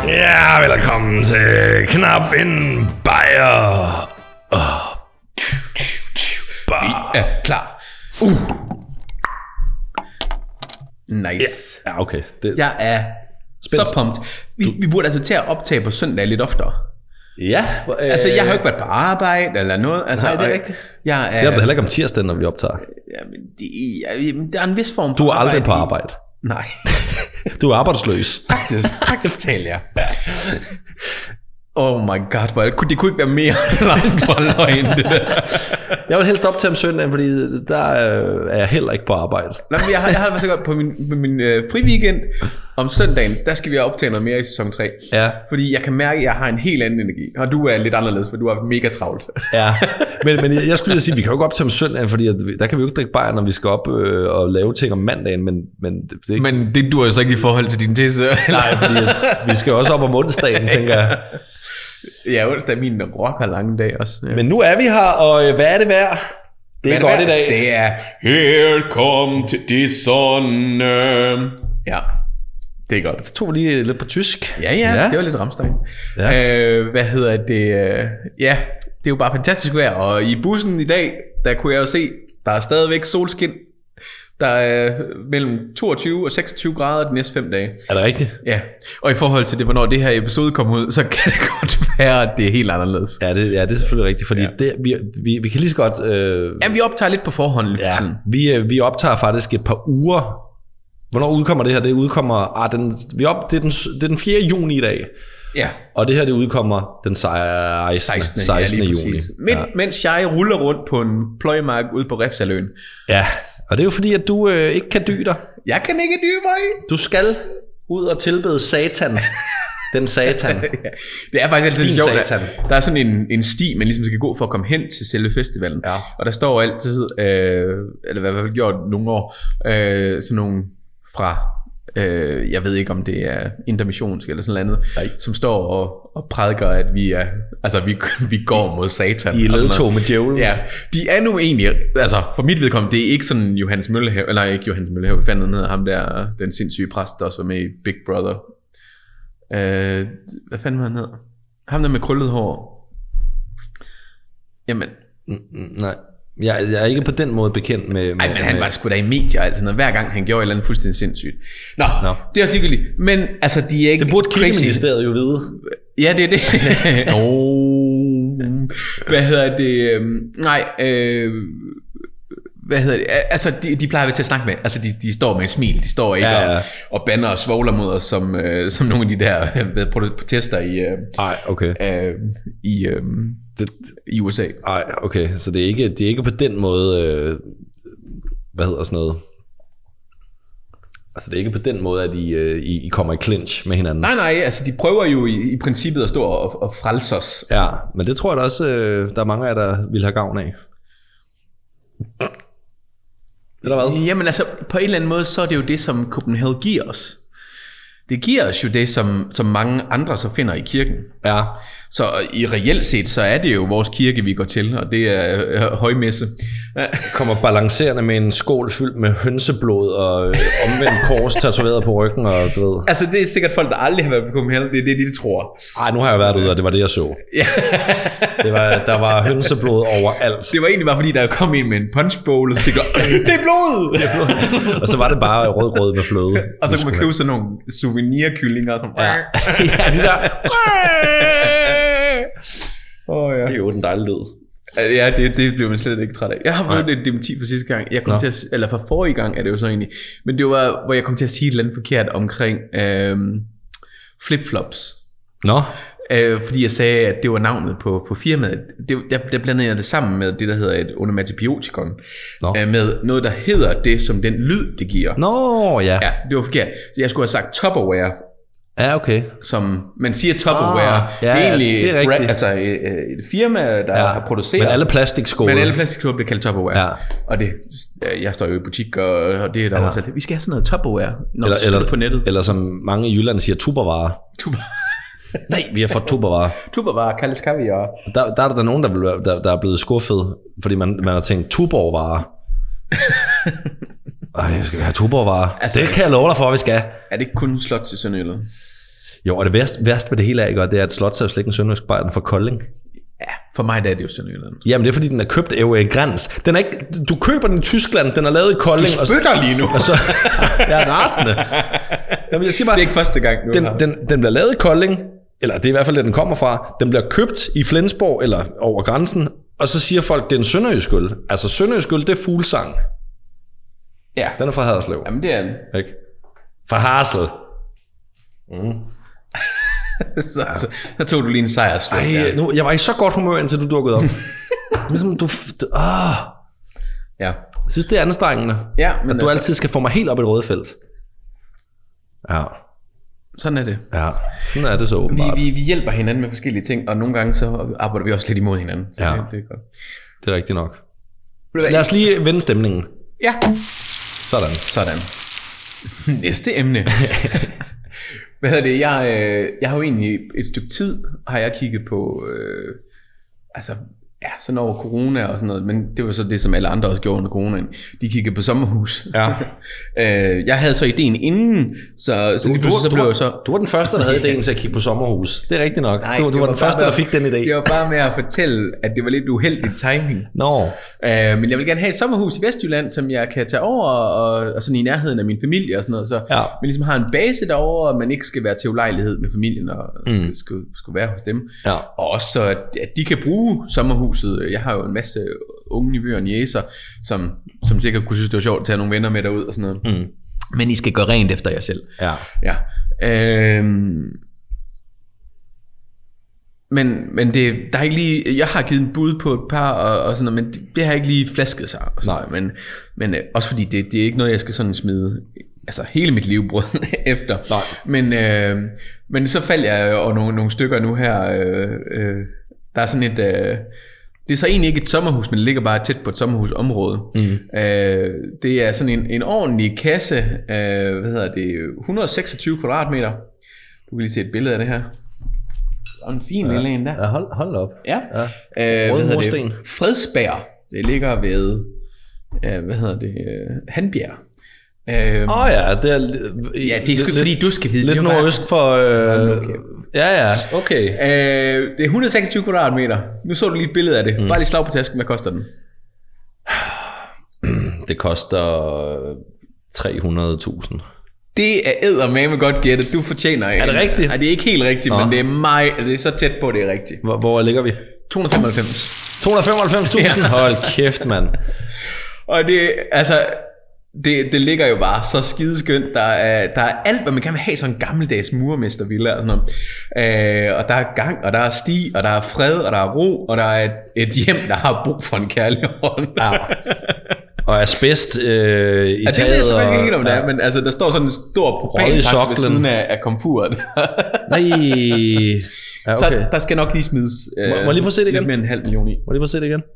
Ja, velkommen til Knap en Bajer. Vi er klar. Nice. Ja, okay. Jeg er så pumped. Vi burde altså til at optage på søndag lidt oftere. Ja. Altså, jeg har jo ikke været på arbejde eller noget. Altså, Nej, det er rigtigt. Det er der heller ikke om tirsdagen, når vi optager. Jamen, der er en vis form for Du er aldrig arbejde på arbejde. Nej. Du er arbejdsløs. Faktisk taler jeg. Oh my god, det kunne ikke være mere langt fra løgn, det der. Jeg vil helst optage om søndagen, fordi der er jeg heller ikke på arbejde. Nej, men jeg har det så godt på min fri weekend. Om søndagen, der skal vi optage noget mere i sæson 3. Ja. Fordi jeg kan mærke, at jeg har en helt anden energi. Og du er lidt anderledes, for du er mega travlt. Ja, men jeg skulle lige sige, at vi kan jo ikke optage om søndagen, fordi der kan vi jo ikke drikke bajer, når vi skal op og lave ting om mandagen. Men det er ikke... Men det duer jo så ikke i forhold til din tisse. Nej, fordi vi skal jo også op om onsdagen, tænker jeg. Ja, onsdag er min rocker lange dag også. Ja. Men nu er vi her, og hvad er det værd? Det er godt i dag. Det er Here come to the sun. Ja, det er godt. Så tog vi lige lidt på tysk. Ja. Det var lidt Rammstein. Ja. Hvad hedder det? Ja, det er jo bare fantastisk vejr. Og i bussen i dag, der kunne jeg jo se, der er stadigvæk solskin. Der er mellem 22 og 26 grader de næste 5 dage. Er det rigtigt? Ja, og i forhold til det, hvornår det her episode kommer ud, så kan det godt være, at det er helt anderledes. Ja, det er selvfølgelig rigtigt, fordi vi kan lige så godt... Ja, vi optager lidt på forhånd lidt for tiden. Vi optager faktisk et par uger. Hvornår udkommer det her? Det udkommer... det er den 4. juni i dag. Ja. Og det her, det udkommer den 16. juni. Mens jeg ruller rundt på en pløjemark ude på Refsaløen. Ja, og det er jo fordi, at du ikke kan dybe dig. Jeg kan ikke dybe mig. Du skal ud og tilbede Satan. Den Satan. Det er faktisk altid sjovt. Der er sådan en sti, man ligesom skal gå for at komme hen til selve festivalen. Ja. Og der står altid, eller hvad har gjort nogle år, sådan nogle fra... jeg ved ikke om det er intermissionsk eller sådan noget andet, som står og prædiker, at vi er, altså vi går mod Satan. I er ledtog med djævlen. Ja, de er nu egentlig, altså for mit vedkommende, det er ikke sådan Johannes Møllehave, eller ikke Johannes Møllehave, hvad fanden hedder ham der, den sindssyge præst, der også var med i Big Brother. Hvad fanden var han hedder? Ham der med krøllet hår. Jamen. Nej. Jeg er ikke på den måde bekendt med... Nej, men han var sgu da i medier og alt sådan noget. Hver gang han gjorde et eller andet fuldstændig sindssygt. Nå. Det er også ligegyldigt. Men altså, de er ikke... Det burde Kirkeministeriet jo vide. Ja, det er det. Hvad hedder det? Hvad hedder det? Altså, de plejer vi til at snakke med. Altså, de står med et smil. De står ikke og bander og svogler mod os, som nogle af de der protester i USA. Nej, okay. Så det er ikke på den måde... hvad hedder sådan noget? Altså, det er ikke på den måde, at I kommer i clinch med hinanden. Nej, altså, de prøver jo i princippet at stå og frelse os. Ja, men det tror jeg da også, der er mange af jer, der vil have gavn af. Eller hvad? Jamen altså, på en eller anden måde, så er det jo det, som Copenhagen giver os. Det giver os jo det, som mange andre så finder i kirken. Ja. Så i reelt set, så er det jo vores kirke, vi går til, og det er højmesse. Kommer balancerende med en skål fyldt med hønseblod og omvendt kors tatoveret på ryggen, og du ved. Altså, det er sikkert folk, der aldrig har været på Copenhagen, det er det, de tror. Ej, nu har jeg været ude, og det var det, jeg så. Ja. Der var hønseblod overalt. Det var egentlig bare fordi, der kom en med en punchbowl, og så tænkte det er blod! Og så var det bare rød med fløde. Og så kunne man købe sådan nogle souvenirkyllinger. Ja, de der... Ja. Det er jo den dejlige lyd. Ja, det blev man slet ikke træt af. Jeg har fået et dementi for sidste gang. Jeg kom til eller for forrige gang er det jo så egentlig. Men det var, hvor jeg kom til at sige et eller andet forkert omkring flipflops. Nå. Fordi jeg sagde, at det var navnet på firmaet. Der blandede jeg det sammen med det, der hedder et onomatopæikon. Med noget, der hedder det, som den lyd, det giver. Nå, ja. Ja, det var forkert. Så jeg skulle have sagt Tupperware. Ja, okay. Som man siger Tupperware. Det er egentlig et firma, der har produceret. Men alle plastikskåle. Bliver kaldt Tupperware. Ja. Og det, jeg står jo i butik, og det er der også. Vi skal have sådan noget Tupperware, når vi skriver på nettet. Eller som mange i Jylland siger, Tupperware. Nej, vi har fået Tupperware. Tupperware kaldes kaviar. Der er der nogen, der er blevet skuffet, fordi man har tænkt Tuborgware. Ej, skal vi have Tuborgware? Altså, det kan jeg love dig for, at vi skal. Er det ikke kun slot til Sønderjylland? Jo, og det værste ved det hele er, ikke, og det er, at Slots er jo slet ikke en sønderjysk bar, den fra Kolding. Ja, for mig der er det jo Sønderjylland. Jamen det er fordi den er købt af Græns. Den er ikke, du køber den i Tyskland, den er lavet i Kolding. Du spytter lige nu. Og så, jeg er rasende. Jamen, jeg siger bare, det er ikke første gang nu. Den bliver lavet i Kolding, eller det er i hvert fald det, den kommer fra. Den bliver købt i Flensborg eller over grænsen, og så siger folk, det er en sønderjysk øl. Altså sønderjysk øl, det er fuglsang. Ja. Den er fra Haderslev. Jamen det er den. Ikke? Fra Haderslev. Så tog du lige en sejrsslug. Jeg var i så godt humør, indtil du dukkede op. Ligesom Ja. Jeg synes, det er anstrengende, ja, men at du altid skal få mig helt op i det røde felt. Ja. Sådan er det. Ja, sådan er det så åbenbart. Vi hjælper hinanden med forskellige ting, og nogle gange så arbejder vi også lidt imod hinanden. Så ja, det er godt. Det er rigtigt nok. Lad os lige vende stemningen. Ja. Sådan. Næste emne. Hvad hedder det? Jeg har jo egentlig et stykke tid, har jeg kigget på, sådan over corona og sådan noget, men det var så det, som alle andre også gjorde under coronaen. De kiggede på sommerhus. Ja. Jeg havde så ideen inden, så lige pludselig så blev jeg så... Du var den første, der havde ideen til at kigge på sommerhus. Det er rigtigt nok. Nej, du var den første, der fik den idé. Det var bare med at fortælle, at det var lidt uheldig timing. Men jeg vil gerne have et sommerhus i Vestjylland, som jeg kan tage over, og sådan i nærheden af min familie og sådan noget. Så man ligesom har en base derovre, og man ikke skal være til ulejlighed med familien, og skal være hos dem. Ja. Og også så, at de kan bruge sommerhus. Jeg har jo en masse unge nivøer og niæser, som sikkert kunne synes, det var sjovt at tage nogle venner med derud og sådan noget. Men I skal gøre rent efter jer selv. Ja. Men det, der er ikke lige... Jeg har givet en bud på et par og sådan noget, men det har ikke lige flasket sig. Nej. Men også fordi det er ikke noget, jeg skal sådan smide hele mit livbrød efter. Nej. Men så faldt jeg over nogle stykker nu her. Der er sådan et... det er så egentlig ikke et sommerhus, men det ligger bare tæt på et sommerhusområde. Det er sådan en ordentlig kasse, 126 kvadratmeter. Du kan lige se et billede af det her. Og en fin lille en der. Ja, hold op. Ja. Rød mursten. Fredsbjerg. Det ligger ved, Handbjerg. Det er... det er sgu fordi du skal vide. Lidt nordøst for... Okay. Det er 126 kvadratmeter. Nu så du lige et billede af det. Bare lige slag på tasken. Hvad koster den? Det koster 300.000. Det er eddermame godt gættet. Du fortjener en. Er det rigtigt? Nej, det er ikke helt rigtigt, men det er så tæt på, det er rigtigt. Hvor ligger vi? 295. 295.000? Ja. Hold kæft, mand. Og det ligger jo bare så skideskønt. Der er alt, hvad man kan have, sådan en gammeldags murmestervilla og sådan noget. Og der er gang, og der er sti, og der er fred, og der er ro, og der er et hjem, der har brug for en kærlig hånd. Ja. Og asbest i taget. Det ved jeg selvfølgelig ikke om det er, men der står sådan en stor propantank ved siden af komfuret. Nej. Ja, okay. Så der skal nok lige smides må lige prøve at se det igen? Lidt mere end 500.000 i. Må lige prøve at se det igen?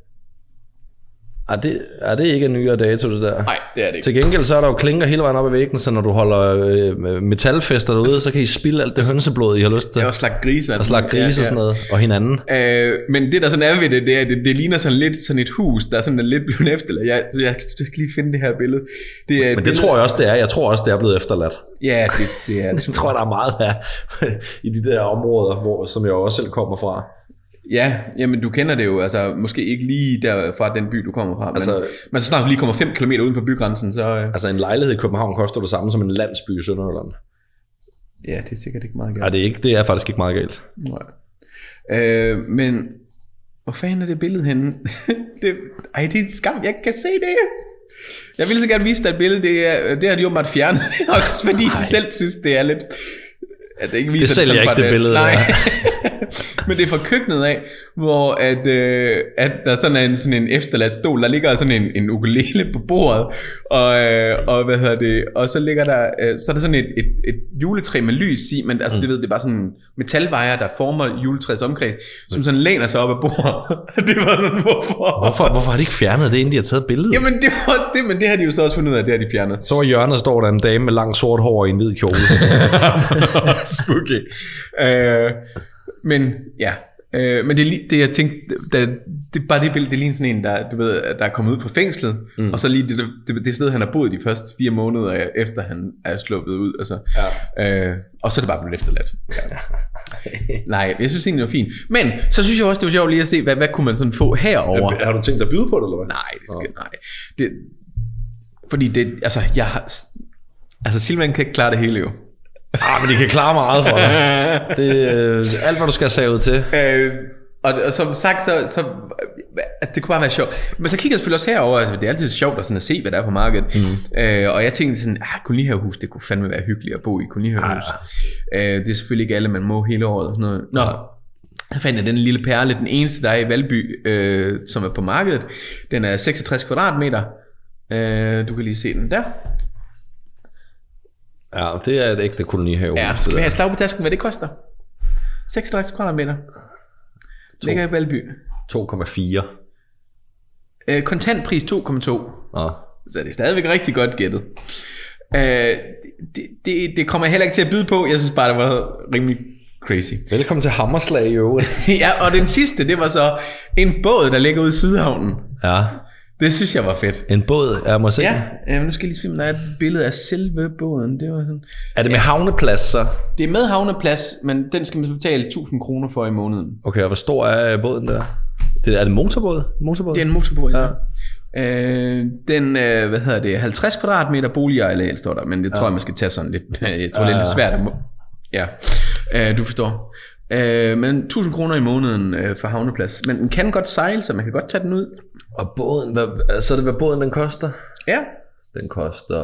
Det er ikke en nyere dato, det der. Nej, det er det ikke. Til gengæld så er der jo klinker hele vejen op i væggen, så når du holder metalfester derude, så kan I spilde alt det hønseblod, I har lyst til. Ja, og slag grise. Og slag grise og sådan noget, og hinanden. Men det der sådan er ved det, er, at det ligner sådan lidt sådan et hus, der er sådan lidt blevet efterladt. Jeg skal lige finde det her billede. Men det tror jeg også, det er. Jeg tror også, det er blevet efterladt. Ja, det er det. Jeg tror, der er meget her i de der områder, som jeg også selv kommer fra. Ja, jamen du kender det jo, måske ikke lige der fra den by du kommer fra, men så snart du lige kommer 5 km uden for bygrænsen, så... en lejlighed i København koster det samme som en landsby i Sønderjylland. Ja, det er sikkert ikke meget galt. Det er faktisk ikke meget galt. Nej. Men hvor fanden er det billede henne? det er en skam, jeg kan se det. Jeg ville så gerne vise dig et billede, det har de jo meget fjernet, nok fordi de selv synes, det er lidt... At det ikke viser det sælger jeg ikke det billede. Nej. Men det er fra køkkenet af, hvor at der sådan er sådan en efterladt stol, der ligger sådan en ukulele på bordet, og så ligger der, så er der sådan et juletræ med lys i, men det ved, det er bare sådan metalvejer, der former juletræets omkreds, som sådan læner sig op ad bordet. Det var sådan, hvorfor har de ikke fjernet det, inden de har taget billedet? Jamen det var også det, men det har de jo så også fundet ud af, det har de fjernet. Så i hjørnet står der en dame med langt sort hår i en hvid kjole. Spooky. Men ja, Men det jeg tænkte, det bare det billede, det ligner sådan en, der, du ved, der er kommet ud fra fængslet, og så lige det sted, han har boet de første 4 måneder, efter han er sluppet ud, og så, og så er det bare blevet efterladt. Ja. Nej, jeg synes egentlig, det var fint. Men så synes jeg også, det var sjovt lige at se, hvad kunne man sådan få herover. Har du tænkt dig at byde på det, eller hvad? Nej. Fordi det, altså Silvan kan ikke klare det hele jo. Men de kan klare meget for dig. Det er alt, hvad du skal have savet til. Og som sagt, så altså, det kunne bare være sjovt. Men så kigger jeg selvfølgelig også herover. Altså, det er altid sjovt at, sådan at se, hvad der er på markedet. Og jeg tænkte sådan, kolonihavehus, det kunne fandme være hyggeligt at bo i kolonihavehus. Det er selvfølgelig ikke alle, man må hele året og sådan noget. Nå, så fandt jeg den lille perle, den eneste, der er i Valby, som er på markedet. Den er 66 kvadratmeter. Du kan lige se den der. Ja, det er et ægte kolonihavehus. Ja, skal vi have slag på tasken, hvad det koster? 66 kvadratmeter. Ligger i Valby. 2,4. Kontantpris 2,2. Så det er stadigvæk rigtig godt gættet. Det kommer jeg heller ikke til at byde på. Jeg synes bare, det var rimelig crazy. Velkommen til Hammerslag i øvrigt. Ja, og den sidste, det var så en båd, der ligger ude i Sydhavnen. Ja. Det synes jeg var fedt. En båd, jeg må se. Ja, nu skal jeg lige se, om der er et billede af selve båden. Det var sådan. Er det med havneplads så? Det er med havneplads, men den skal man betale 1.000 kroner for i måneden. Okay, og hvor stor er båden der? Er det motorbåd? Det er en motorbåd, ja. Den, 50 kvadratmeter boligareal står der, men det tror jeg, man skal tage sådan lidt. Jeg tror, det er lidt svært at du forstår. Men 1.000 kroner i måneden for havneplads. Men den kan godt sejle, så man kan godt tage den ud. Og båden, så er det hvad båden den koster? Ja. Den koster...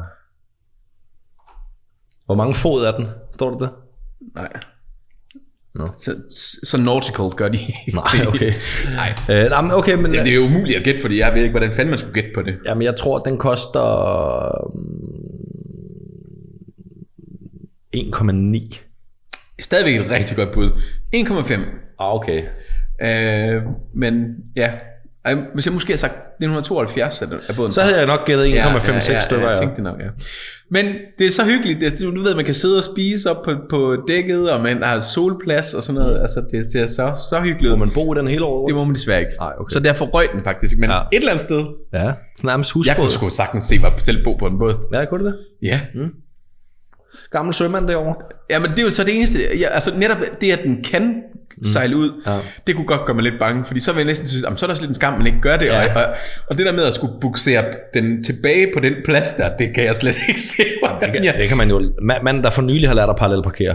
Hvor mange fod er den? Står der det? Nej. No. Så nautical gør de ikke. Nej, okay. Nej. Okay, men det er jo umuligt at gætte, fordi jeg ved ikke, hvordan fanden man skulle gætte på det. Jamen, jeg tror, den koster 1,9. Stadigvæk et rigtig godt bud. 1,5. Okay. Men ja, hvis jeg måske havde sagt 1972 af båden, så havde jeg nok gættet 1,56 stykker. Jeg tænkte det nok, ja. Men det er så hyggeligt. Du ved, man kan sidde og spise op på dækket, og man har ser og sådan noget. Altså, det er så hyggeligt. Må man bo i den hele året? Det må man desværre ikke. Okay. Så derfor røg den faktisk. Men et eller andet sted. Ja, nærmest husbåd. Jeg kunne sgu sagtens se mig selv bo på en båd. Ja, kunne det? Ja. Gammel sømand derovre. Ja, men det er jo så det eneste. Altså netop det, at den kan sejle ud, det kunne godt gøre mig lidt bange, fordi så vil jeg næsten synes, så er der også lidt en skam, man ikke gør det. Ja. Og det der med at skulle buksere den tilbage på den plads der, det kan jeg slet ikke se. Det kan man jo. Manden, der for nylig har lært at parallelparkere.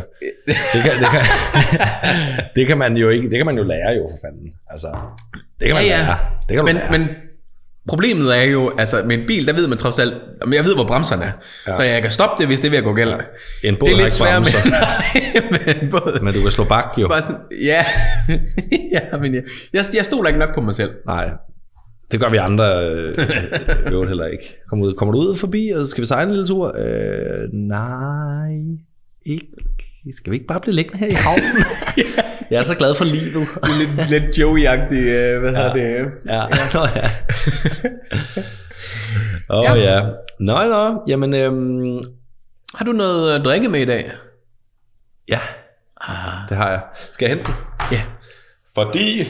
Det kan man jo ikke. Det kan man jo lære jo for fanden. Altså, det kan man lære. Det kan lære. Men problemet er jo, altså med en bil, der ved man trods alt, jeg ved, hvor bremserne er, så jeg kan stoppe det, hvis det vil gå galt. En båd det er lidt svært med en båd. Men du kan slå bak jo. Ja, men jeg stoler ikke nok på mig selv. Nej, det gør vi andre jo heller ikke. Kommer du ud forbi, og skal vi sejle en lille tur? Nej, ikke. Skal vi ikke bare blive liggende her i havnen? Jeg er så glad for livet. Det er lidt Joey-agtigt, hvad hedder det? Ja. Nå. Jamen, har du noget at drikke med i dag? Ja, det har jeg. Skal jeg hente den? Ja. Fordi...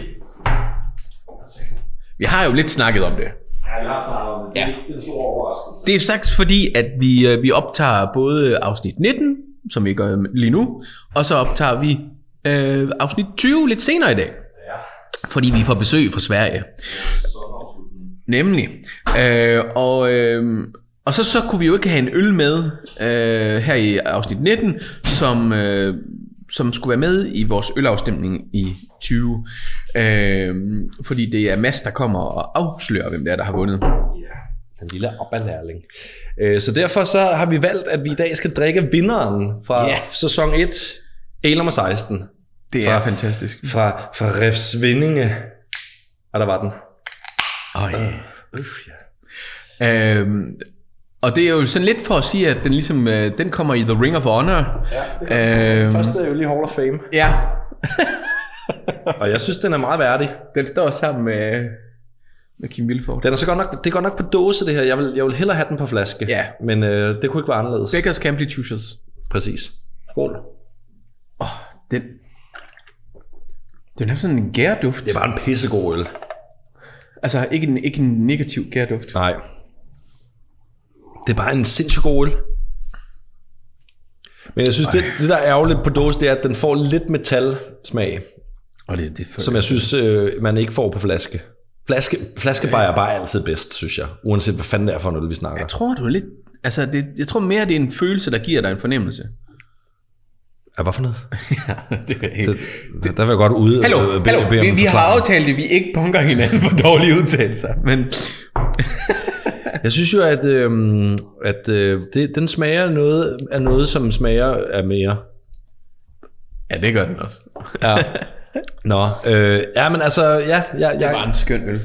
Vi har jo lidt snakket om det. Ja, vi har snakket om det. Det er en stor overraskelse. Det er sagt fordi, at vi optager både afsnit 19, som vi gør lige nu, og så optager vi afsnit 20 lidt senere i dag. Ja. Fordi vi får besøg fra Sverige. Nemlig. Og så kunne vi jo ikke have en øl med her i afsnit 19, som skulle være med i vores ølafstemning i 20. Fordi det er Mads, der kommer og afslører, hvem det er, der har vundet. Ja, den lille opandærling. Så derfor så har vi valgt, at vi i dag skal drikke vinderen fra sæson 1, el nummer 16. Det er fantastisk. Fra Refsvindinge. Og der var den. Og det er jo sådan lidt for at sige, at den ligesom den kommer i The Ring of Honor. Ja, det første er jo lige Hall of Fame. Ja. Og jeg synes, den er meget værdig. Den står sammen med Kim Vilfort. Den er så godt nok, det er godt nok på dåse det her. Jeg vil hellere have den på flaske. Ja. Men det kunne ikke være anderledes. Beggars Can't Be Choosers. Præcis. Skål. Den. Det er sådan en gærduft. Det er bare en pissegod øl. Altså ikke en negativ gærduft. Nej. Det er bare en sindssygt god øl. Men jeg synes, det der er ærgerligt på dåse, det er, at den får lidt metalsmag. Og det som jeg synes, man ikke får på flaske. Flaskebajer er bare altid bedst, synes jeg. Uanset hvad fanden det er for en øl, vi snakker. Jeg tror, du er lidt... Altså, jeg tror mere, det er en følelse, der giver dig en fornemmelse. Ja, hvad for noget? Der vil jeg godt ude. Hallo, vi har aftalt, at vi ikke bunker hinanden for dårlige udtalelser. Men... Jeg synes jo, at den smager noget, som smager af mere. Ja, det gør den også. Ja. Nå, ja, men altså, ja. Det var en skøn øl.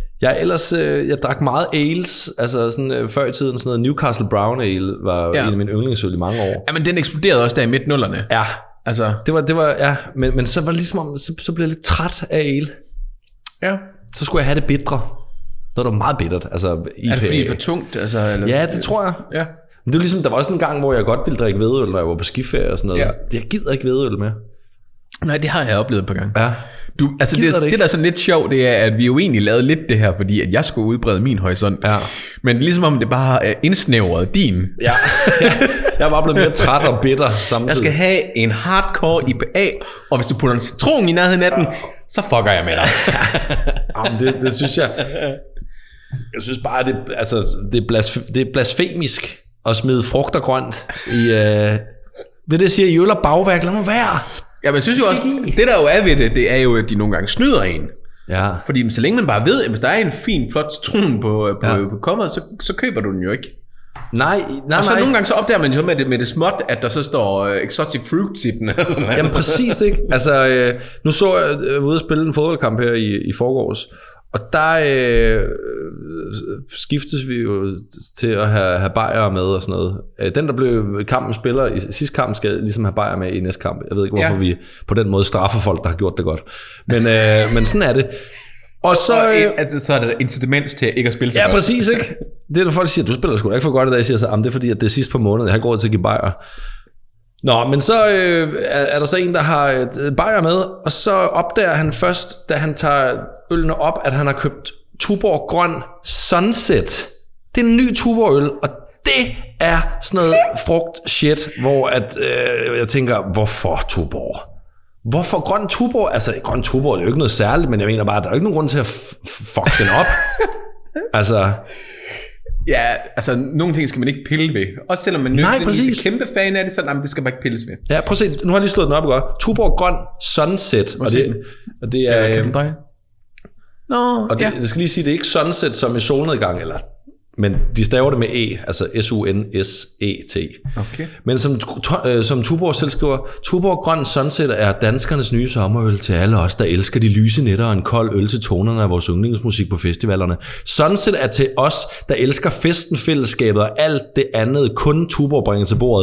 Jeg drak meget ales, altså sådan før i tiden, sådan noget Newcastle Brown Ale var en af mine yndlingsøl i mange år. Ja, men den eksploderede også der i midt-nullerne. Ja, altså. Det var ja, men så var det ligesom om, så blev jeg lidt træt af ale. Ja. Så skulle jeg have det bitre. Noget, der var meget bittert, altså IPA. Er det fordi det er for tungt? Altså, eller? Ja, det tror jeg. Ja. Men det var ligesom, der var også en gang, hvor jeg godt ville drikke hvedøl, når jeg var på skiferie og sådan noget. Ja. Jeg gider ikke hvedøl med. Nej, det har jeg oplevet et par gange. Ja. Det der er sådan lidt sjovt, det er, at vi jo egentlig lavede lidt det her, fordi at jeg skulle udbrede min horisont. Ja. Men ligesom om det bare er indsnævret din. Ja. Jeg var blevet mere træt og bitter samtidig. Jeg skal have en hardcore IPA, og hvis du putter en citron i nærheden af den, så fucker jeg med dig. Jamen, det synes jeg. Jeg synes bare, det er blasfemisk at smide frugt og grønt i... Det siger, I øl og bagværk, lad mig være. Ja, men jeg synes jo også, det der jo er ved det er jo, at de nogle gange snyder en. Ja. Fordi så længe man bare ved, at hvis der er en fin, flot citron på kommeret, så køber du den jo ikke. Nej. Og så nogle gange så opdager man jo med det småt, at der så står exotic fruits i den. Jamen præcis, ikke? Altså, nu så jeg ude at spille en fodboldkamp her i forgårs, og der skiftes vi jo til at have bajere med og sådan noget. Den, der blev kampen spiller i sidste kamp, skal ligesom have bajere med i næste kamp. Jeg ved ikke, hvorfor vi på den måde straffer folk, der har gjort det godt. Men sådan er det. Og så er der incitament til ikke at spille så godt. Ja, præcis, ikke? Det er der folk, der siger, du spiller sgu da ikke for godt i dag. Jeg siger så, det er fordi, at det er sidst på måneden, jeg har gået til at give bajere. Nå, men så er der så en, der har bajer med, og så opdager han først, da han tager ølene op, at han har købt Tuborg Grøn Sunset. Det er en ny Tuborg-øl, og det er sådan noget frugt-shit, hvor jeg tænker, hvorfor Tuborg? Hvorfor Grøn Tuborg? Altså, Grøn Tuborg er jo ikke noget særligt, men jeg mener bare, at der er ikke nogen grund til at fuck den op. Altså... Ja, altså nogle ting skal man ikke pille ved. Også selvom man nødvendigvis er kæmpe fan af det, så det skal bare ikke pilles ved. Ja, prøv at se, nu har jeg lige slået den op godt. Tuborg Grøn Sunset. Og det er... kan den dreje? Nå, og det skal lige sige, det er ikke sunset som i solnedgang, men de staver det med E, altså S-U-N-S-E-T. Okay. Men som Tuborg selv skriver, Tuborg Grøn Sunset er danskernes nye sommerøl til alle os, der elsker de lyse nætter og en kold øl til tonerne af vores yndlingsmusik på festivalerne. Sunset er til os, der elsker festen, fællesskabet og alt det andet, kun Tuborg bringer til bordet.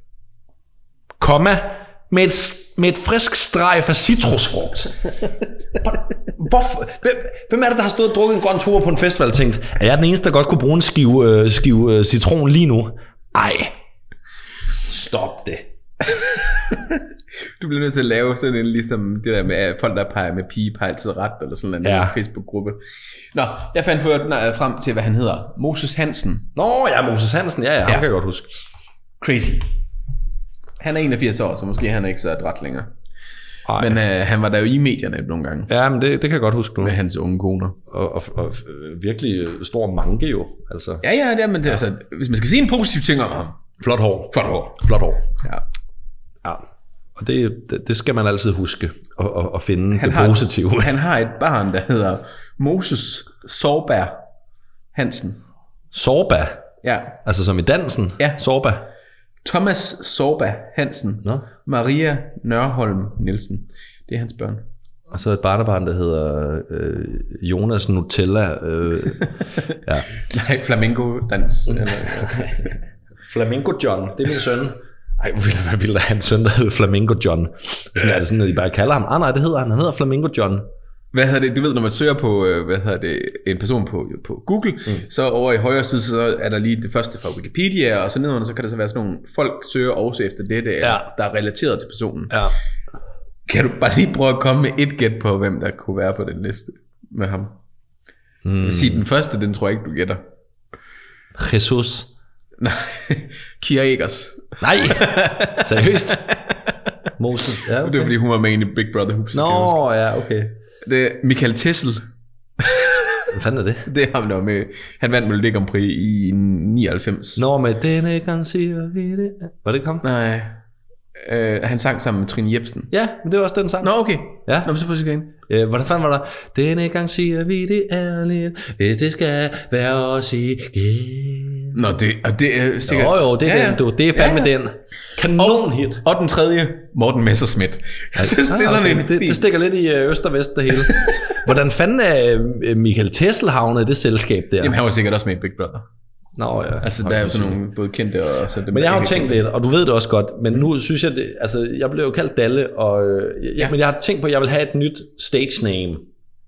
Komma, med et frisk strejf af citrusfrugt. Hvorfor? Hvem er det, der har stået og drukket en grøn Tuborg på en festival og tænkt, er jeg den eneste, der godt kunne bruge en skive citron lige nu? Ej. Stop det. Du bliver nødt til at lave sådan en, ligesom det der med folk, der peger med pige, peger altid ret, eller sådan en Facebook-gruppe. Nå, jeg fandt frem til, hvad han hedder. Moses Hansen. Nå ja, Moses Hansen, ja, han kan jeg godt huske. Crazy. Han er 81 år, så måske han er ikke så adræt længere. Ej. Men han var der jo i medierne nogle gange. Ja, men det kan jeg godt huske nu. Med hans unge koner. Og virkelig stor manke jo. Altså. Ja, men det, altså, hvis man skal sige en positiv ting om ham. Flot hår. Ja. Og det skal man altid huske at finde det positive. Han har et barn, der hedder Moses Sorba Hansen. Sorba? Ja. Altså som i dansen? Ja. Sorba. Thomas Sorba Hansen. Nå. Maria Nørholm Nielsen. Det er hans børn. Og så et barnebarn, der hedder Jonas Nutella. Ja. Nej, Flamingo Dans. Flamingo John, det er min søn. Ej, hvad ville der have en søn, der hedder Flamingo John? Sådan er det sådan, at I bare kalder ham. Nej, det hedder han. Han hedder Flamingo John. Hvad hedder det? Du ved, når man søger på en person på Google, så over i højre side, så er der lige det første fra Wikipedia, og så nedenunder, så kan der så være sådan nogle folk søger også efter det, der er relateret til personen. Ja. Kan du bare lige prøve at komme med et gæt på, hvem der kunne være på den liste med ham? Jeg vil sige, den første, den tror jeg ikke, du gætter. Jesus. Nej, Kira Eggers. Nej, seriøst? Moses, ja, okay. Det er fordi, hun var med i Big Brother Hoops. Nå, ja, okay. Det er Michael Tessel. Hvad fanden er det? Det er ham, der var med. Han vandt Melodi Grand Prix i 99. Nå, med denne gang siger vi det. Var det ikke ham? Nej. Han sang sammen med Trine Jebsen. Ja, men det var også den sang. Nå, okay. Ja. Nå, så prøv at sige igen. Hvordan fanden var der? Denne gang siger vi det ærligt, hvis det skal være os igen. Nå, det er sikkert... Jo, det er den, du. Det er fandme den. Kanonhit. Og den tredje, Morten Messerschmidt. Jeg synes, det er sådan en det stikker lidt i øst og vest det hele. Hvordan fanden er Michael Tessel havnet i det selskab der? Jamen, han var sikkert også med i Big Brother. Nå ja. Altså, der er jo sådan nogle både kendte og... Så det men jeg har jo tænkt lidt, og du ved det også godt, men nu synes jeg, det, altså, jeg blev jo kaldt Dalle, men jeg har tænkt på, at jeg vil have et nyt stage name.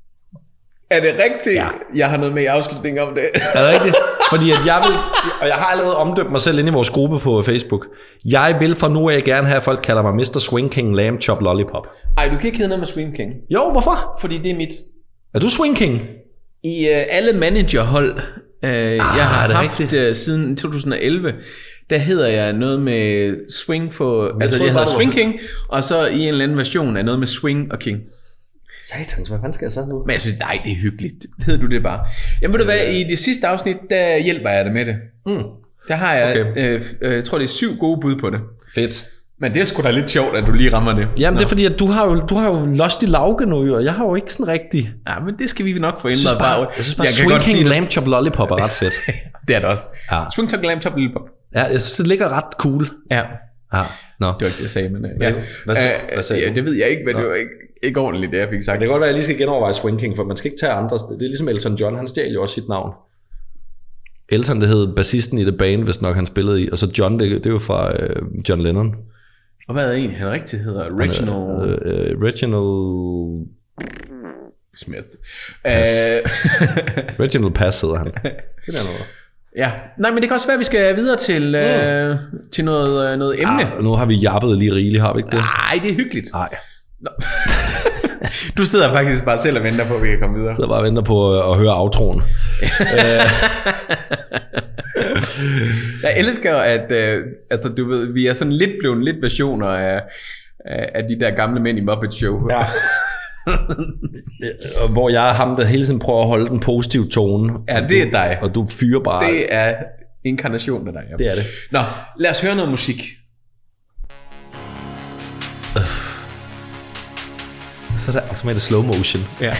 Er det rigtigt? Ja. Jeg har noget med i afslutningen om det. Er det rigtigt? Fordi at jeg vil, og jeg har allerede omdøbt mig selv inde i vores gruppe på Facebook. Jeg vil fra nu af gerne have, at folk kalder mig Mr. Swing King Lamb Chop Lollipop. Ej, du kan ikke hedde noget med Swing King. Jo, hvorfor? Fordi det er mit. Er du Swing King? I alle managerhold, jeg har haft siden 2011, der hedder jeg noget med Swing for... Altså, jeg hedder Swing King, og så i en eller anden version af noget med Swing og King. Satans, hvad fanden skal jeg så nu? Men jeg synes, nej, det er hyggeligt. Hedder du det bare. Jamen ved du hvad, i det sidste afsnit, der hjælper jeg dig med det. Der har jeg, jeg tror det er 7 gode bud på det. Fedt. Men det er sgu da lidt sjovt, at du lige rammer det. Jamen det er fordi, at du har jo lost i lauge nu, og jeg har jo ikke sådan rigtig... Ja, men det skal vi nok få ændret. Jeg synes bare Swing King Lamb Chop Lollipop er ret fedt. Det er det også. Ja. Swing King Lamb Chop Lollipop. Ja, jeg synes, det ligger ret cool. Ja. Ja. Nå. Det var ikke det, jeg sagde, men... Hvad sagde du? Det ved jeg ikke, men det var ikke ordentligt, det jeg fik sagt. Det kan godt være, at jeg lige skal genoverveje Swing King, for man skal ikke tage andres. Det er ligesom Elton John, han stjal jo også sit navn. Elton, det hed bassisten i The Band, hvis nok han spillede i, og så John, det er jo fra John Lennon. Og hvad er det egentlig, han rigtig hedder? Reginald Smith. Reginald Pass hedder han. Det er noget. Ja, nej, men det kan også være, at vi skal videre til noget emne. Nu har vi jappet lige rigeligt, har vi ikke det? Nej, det er hyggeligt. Nej. Du sidder faktisk bare selv og venter på, at vi kan komme videre. Jeg sidder bare og venter på at høre outroen. Jeg elsker, at altså, du ved, vi er sådan lidt blevet lidt versioner af de der gamle mænd i Muppet Show. Ja. Hvor jeg er ham, der hele tiden prøver at holde den positive tone. Ja, det er dig. Og du fyrer bare. Det er inkarnationen af dig. Ja. Det er det. Nå, lad os høre noget musik. Så er der automatisk slow motion. Ja.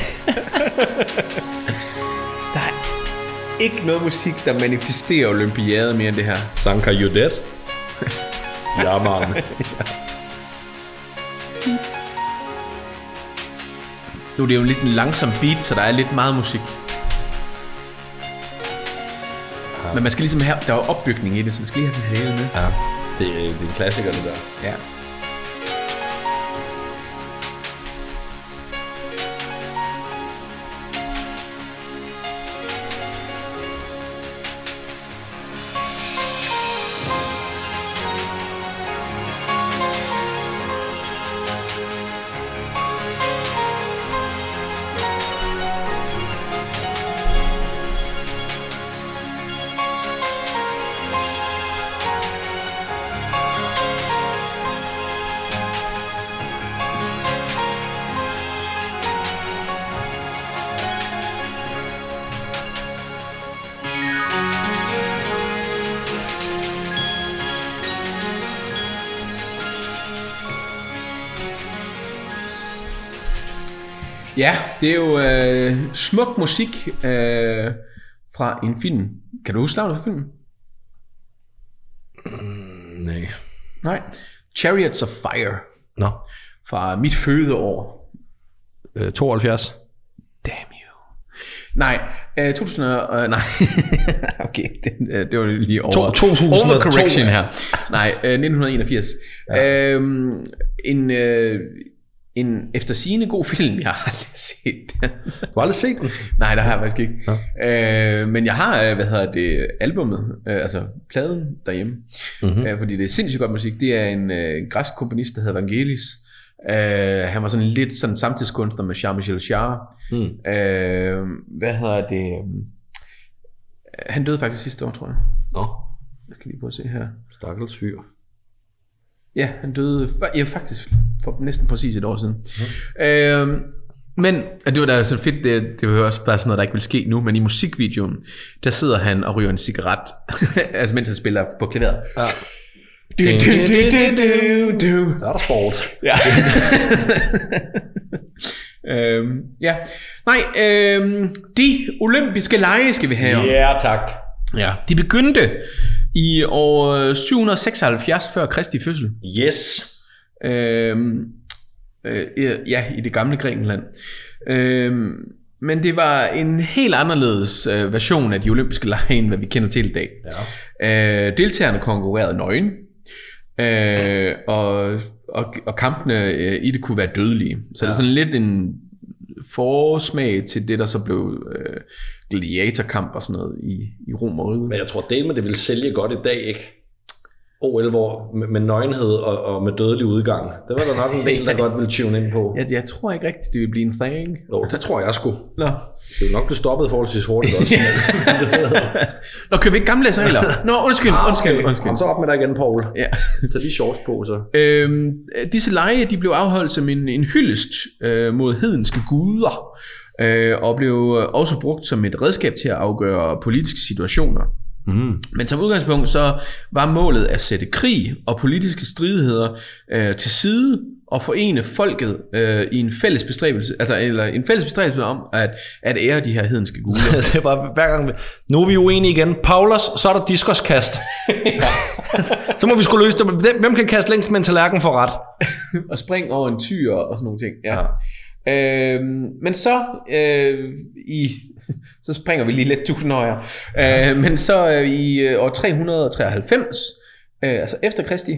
Der er ikke noget musik, der manifesterer olympiade mere end det her. Sanka You Dead? Ja, man. Nu det er jo lidt en langsom beat, så der er lidt meget musik. Ja. Men man skal ligesom have, der er opbygning i det, så man skal lige have den hele med. Ja, det er en klassiker, det der. Ja. Ja, det er jo smuk musik fra en film. Kan du huske navnet på filmen? Nej. Nej. Chariots of Fire. Nå. Fra mit fødeår. 72. Damn you. Nej, 2000 nej. Okay, det var lige over. 2000 overcorrection her. Nej, 1981. Ja. En eftersigende god film. Jeg har aldrig set den. Du har aldrig set den? Nej, det har jeg faktisk ikke. Ja. Men jeg har, albumet, altså pladen derhjemme. Mm-hmm. Fordi det er sindssygt godt musik. Det er en græsk komponist, der hedder Vangelis. Han var sådan lidt sådan samtidskunstner med Jean-Michel Jarre. Hvad hedder det? Han døde faktisk sidste år, tror jeg. Nå. Jeg kan lige prøve at se her. Stakkels fyr. Ja, han døde faktisk for næsten præcis et år siden. Men det var da så fedt, det var jo også bare sådan noget, der ikke vil ske nu, men i musikvideoen, der sidder han og ryger en cigaret, altså mens han spiller på klaveret. Ja. Så er der sport. Ja. Ja. Nej, de olympiske lege skal vi have. Ja, tak. Ja, de begyndte i år 776 før Kristi fødsel. Yes. Ja, i det gamle Grækenland. Men det var en helt anderledes version af de olympiske lege, end hvad vi kender til i dag. Ja. Deltagerne konkurrerede nøgen, og kampene i det kunne være dødelige. Så det er sådan lidt en forsmag til det, der så blev gladiatorkamp og sådan noget i Rom og Rige. Men jeg tror del med det vil sælge godt i dag, ikke? OL, hvor med nøgenhed og med dødelig udgang. Det var der nok en del, der godt ville tune ind på. Jeg tror ikke rigtigt, det vil blive en thing. Nå, det tror jeg sgu. Nå. Det vil nok blive stoppet forholdsvis hurtigt også. Nå, køber vi ikke gamle regler? Nå, undskyld. Kom så op med dig igen, Paul. Ja. Tag de shorts på, så. Disse lege, de blev afholdt som en hyldest mod hedenske guder, og blev også brugt som et redskab til at afgøre politiske situationer. Men som udgangspunkt så var målet at sætte krig og politiske stridigheder til side og forene folket i en fælles bestræbelse, om at ære de her hedenske guder. Det er bare hver gang nu er vi uenige igen. Paulus, så er der diskoskast. Så må vi sgu løse det. Hvem kan kaste længst med en tallerken for ret? Og springe over en tyr og sådan nogle ting. Ja. Men så så springer vi lige lidt 1000 år. Men så i år 393, altså efter Kristi,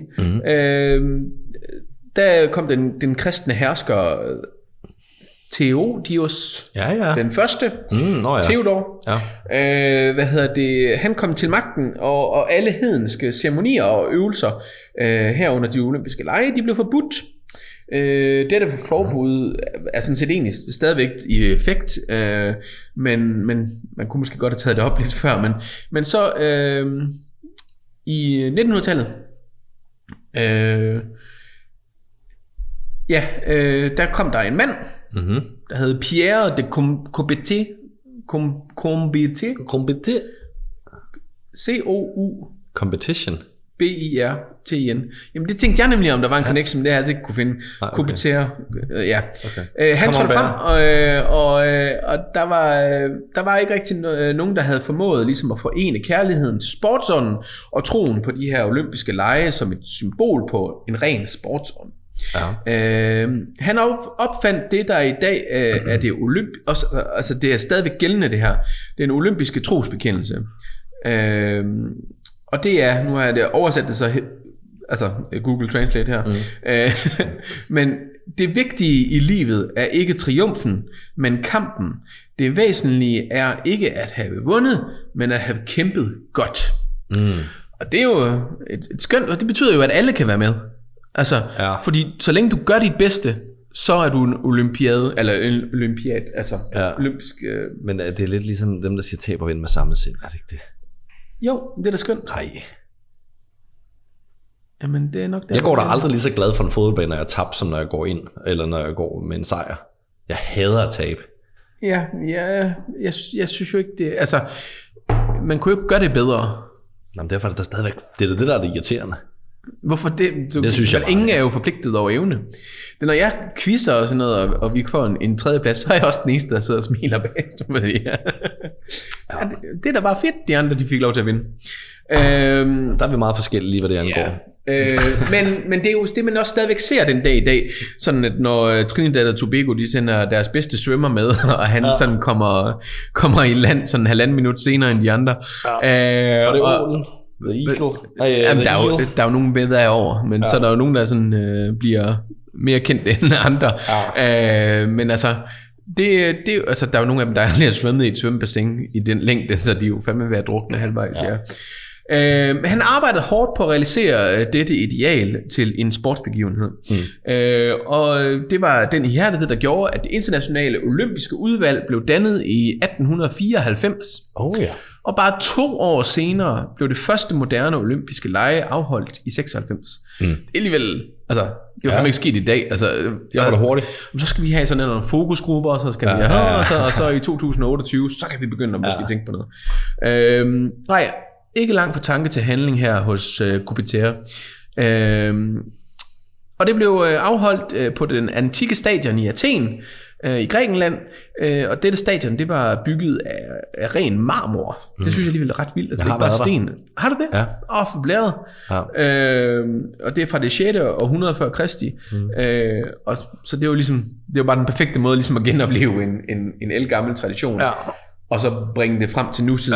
der kom den kristne hersker Theodios, den første, Theodor. Ja. Han kom til magten, og alle hedenske ceremonier og øvelser herunder de olympiske lege, de blev forbudt. Dette forbud er sådan set egentlig stadigvæk i effekt, men man kunne måske godt have taget det op lidt før, men så i 1900-tallet der kom der en mand, der hed Pierre de Coubertin, C-O-U Competition. B-I-R-T-I-N. Jamen det tænkte jeg nemlig om, der var en connection, det har jeg altså ikke kunne finde. Coubertin, ja. Okay. Han trådte frem, og der var ikke rigtig nogen, der havde formået ligesom at forene kærligheden til sportsånden og troen på de her olympiske lege som et symbol på en ren sportsånd. Ja. Han opfandt det, der i dag er det altså det er stadigvæk gældende det her. Det er en olympiske trosbekendelse. Og det er, nu har jeg det oversat det så, altså Google Translate her, men det vigtige i livet er ikke triumfen, men kampen. Det væsentlige er ikke at have vundet, men at have kæmpet godt. Og det er jo et skønt, og det betyder jo, at alle kan være med. Altså, fordi så længe du gør dit bedste, så er du en olympiad, altså olympisk. Men det er lidt ligesom dem, der siger tab og vind med samme sind, er det ikke det? Jo, det er da skønt. Nej. Jamen, det er nok det. Jeg går da aldrig lige så glad for en fodboldbane, når jeg taber, som når jeg går ind, eller når jeg går med en sejr. Jeg hader at tabe. Ja, jeg synes jo ikke det. Altså, man kunne jo ikke gøre det bedre. Jamen, derfor er det da stadigvæk. Det er det, der er det irriterende. Hvorfor det? Det synes jeg ingen er jo forpligtet over evne. Det når jeg quizzer og sådan noget, og vi får en tredje plads, så er jeg også den eneste, der sidder og smiler bagefter. Det er da bare fedt, de andre de fik lov til at vinde. Der er vi meget forskellige lige, hvad det angår. Men det er jo det, man også stadigvæk ser den dag i dag. Sådan at når Trinidad og Tobago, de sender deres bedste svømmer med, og han sådan kommer i land sådan 1,5 minut senere end de andre. Og det er ålen. Jamen, der er jo nogen med derovre, men så er der jo nogen, der sådan, bliver mere kendt end andre. Men altså, altså, der er jo nogle af dem, der har svømmet i et svømmebassin i den længde, så de er jo fandme ved at drukne halvvejs. Han arbejdede hårdt på at realisere dette ideal til en sportsbegivenhed. Og det var den ihærdighed, der gjorde, at det internationale olympiske udvalg blev dannet i 1894. Og bare 2 år senere blev det første moderne olympiske lege afholdt i 96. Det er alligevel, altså, det var fandme ikke sket i dag. Altså, det var da hurtigt. Så skal vi have sådan nogle fokusgrupper, og så skal vi og så i 2028, så kan vi begynde at måske tænke på noget. Nej, ikke langt fra tanke til handling her hos Coubertin. Og det blev afholdt på den antikke stadion i Athen, i Grækenland, og dette stadion, det var bygget af ren marmor. Det synes jeg alligevel er ret vildt, at det ikke bare sten. Har du det? Ja. For blæret. Ja. Og det er fra det 6. århundrede før Kristi. Og så det er jo ligesom, det er jo bare den perfekte måde ligesom at genopleve en ældgammel tradition, og så bringe det frem til nutiden.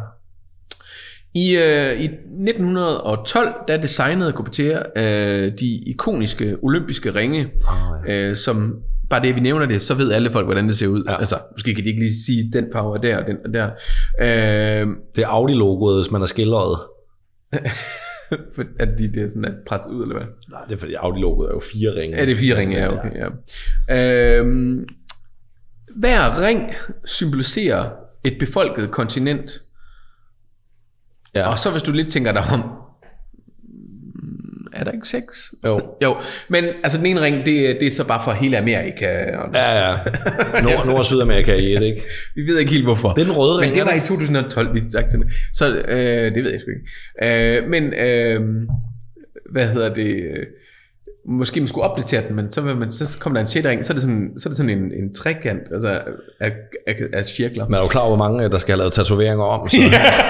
I 1912, der designede Coubertin de ikoniske olympiske ringe, som bare det vi nævner det, så ved alle folk hvordan det ser ud. Altså måske kan de ikke lige sige den farve er der og den og der. Det er Audi-logoet, hvis man er skildret. At det er sådan at presse ud eller hvad? Nej, det er fordi Audi-logoet er jo 4 ringe. Ja, det er 4 ringe, ja, okay, ja. Hver ring symboliserer et befolket kontinent. Og så hvis du lidt tænker dig om, er der ikke 6? Jo, men altså den ene ring, det er så bare for hele Amerika. Ja. Nord- og Sydamerika i et, ikke? Vi ved ikke helt hvorfor. Det er den røde ring. Men det var i 2012, vi sagde sådan. Så det ved jeg sgu ikke. Men hvad hedder det? Måske man skulle opdatere den, men så kommer der en 6. ring, så er det sådan en trekant, altså af cirkler. Man er jo klar over, hvor mange der skal have lavet tatoveringer om. Så.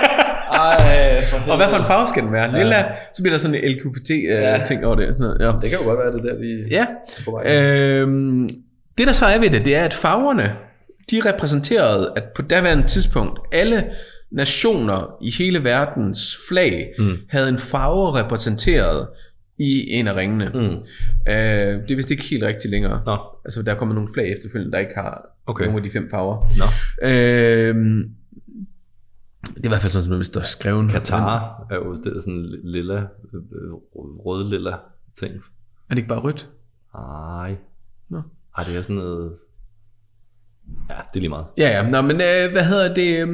Og hvad for en farve skal den være? Lilla, så bliver der sådan en LGBT-ting over det. Sådan noget. Det kan jo godt være det der, vi er på vej. Det der så er ved det er, at farverne, de repræsenterede, at på daværende tidspunkt, alle nationer i hele verdens flag havde en farve repræsenteret i en af ringene. Det er vist ikke helt rigtigt længere. Altså der er kommet nogle flag efterfølgende, der ikke har nogle af de 5 farver. Det er i hvert fald sådan, hvis der er skrevet. Katar er jo det er sådan lilla, rød-lilla ting. Er det ikke bare rødt? Nej. Det er sådan noget. Ja, det er lige meget. Ja. Nå, men hvad hedder det?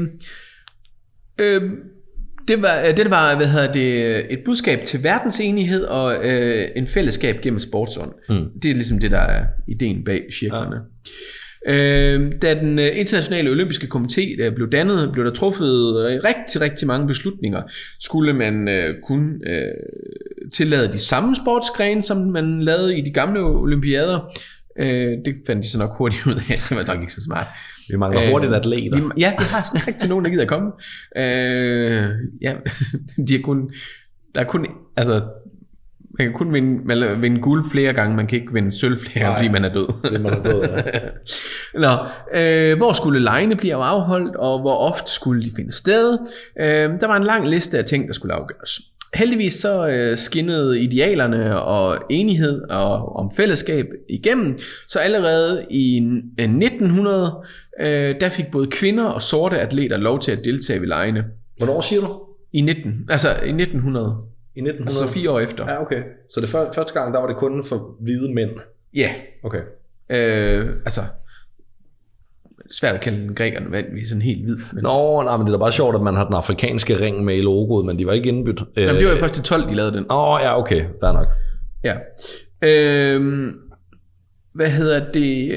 Det var et budskab til verdensenighed og en fællesskab gennem sportsånd. Det er ligesom det, der er ideen bag cirklerne. Da den internationale olympiske komité blev dannet, blev der truffet rigtig mange beslutninger. Skulle man kun tillade de samme sportsgrene, som man lavede i de gamle olympiader? Det fandt de så nok hurtigt ud af. Det var nok ikke så smart. Vi mangler hurtigt atleter. Vi har sgu ikke til nogen, der gider at komme. De er kun... Der er kun... Altså... Man kan kun vinde guld flere gange, man kan ikke vinde sølv flere gange, fordi man er død. Hvor skulle legene blive afholdt, og hvor ofte skulle de finde sted? Der var en lang liste af ting, der skulle afgøres. Heldigvis så skinnede idealerne og enighed og om fællesskab igennem, så allerede i 1900, der fik både kvinder og sorte atleter lov til at deltage ved legene. Hvornår siger du? I 1900. I 1900? Altså 4 år efter. Ja, okay. Så det første gang, der var det kun for hvide mænd? Ja. Okay. Altså, svært at kalde den grækerne nødvendigvis sådan helt hvid. Men... Nej, men det er da bare sjovt, at man har den afrikanske ring med i logoet, men de var ikke indbydt. Jamen, det var jo først til 12, de lavede den. Ja, okay. Fair nok. Ja. Hvad hedder det?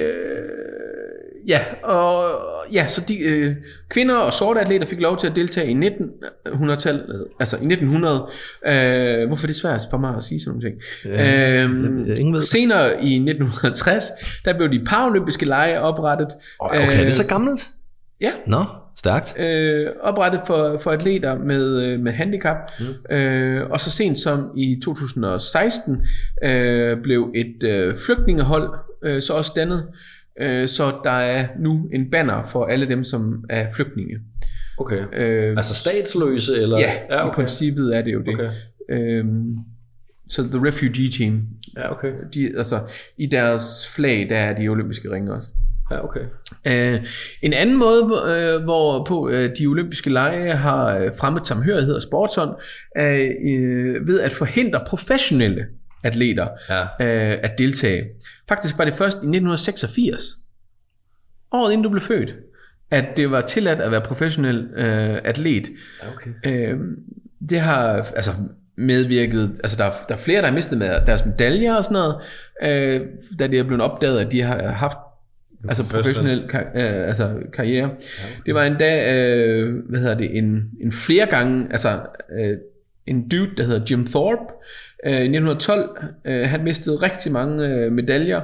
Så de kvinder og sorte atleter fik lov til at deltage i 1900-tallet, altså i 1900. Hvorfor er det svært for mig at sige sådan nogle ting? Senere i 1960, der blev de paralympiske lege oprettet. Okay, det er så gammelt? Ja. Nå, stærkt. Oprettet for atleter med handicap. Og så sent som i 2016 blev et flygtningehold så også dannet. Så der er nu en banner for alle dem, som er flygtninge. Okay. Altså statsløse? Eller? Ja, okay. I princippet er det jo det. Okay. Så The Refugee Team. Ja, okay. Altså, i deres flag, der er de olympiske ringe også. Ja, okay. En anden måde, hvorpå de olympiske lege har fremmet samhørighed og sportsånd, ved at forhindre professionelle atleter at deltage. Faktisk var det først i 1986, året inden du blev født, at det var tilladt at være professionel atlet. Okay. Det har altså medvirket, altså der er flere, der har mistet med deres medaljer og sådan noget, da det er blevet opdaget, at de har haft professionel karriere. Okay. Det var endda, en flere gange, en dude, der hedder Jim Thorpe, i 1912, han mistede rigtig mange medaljer,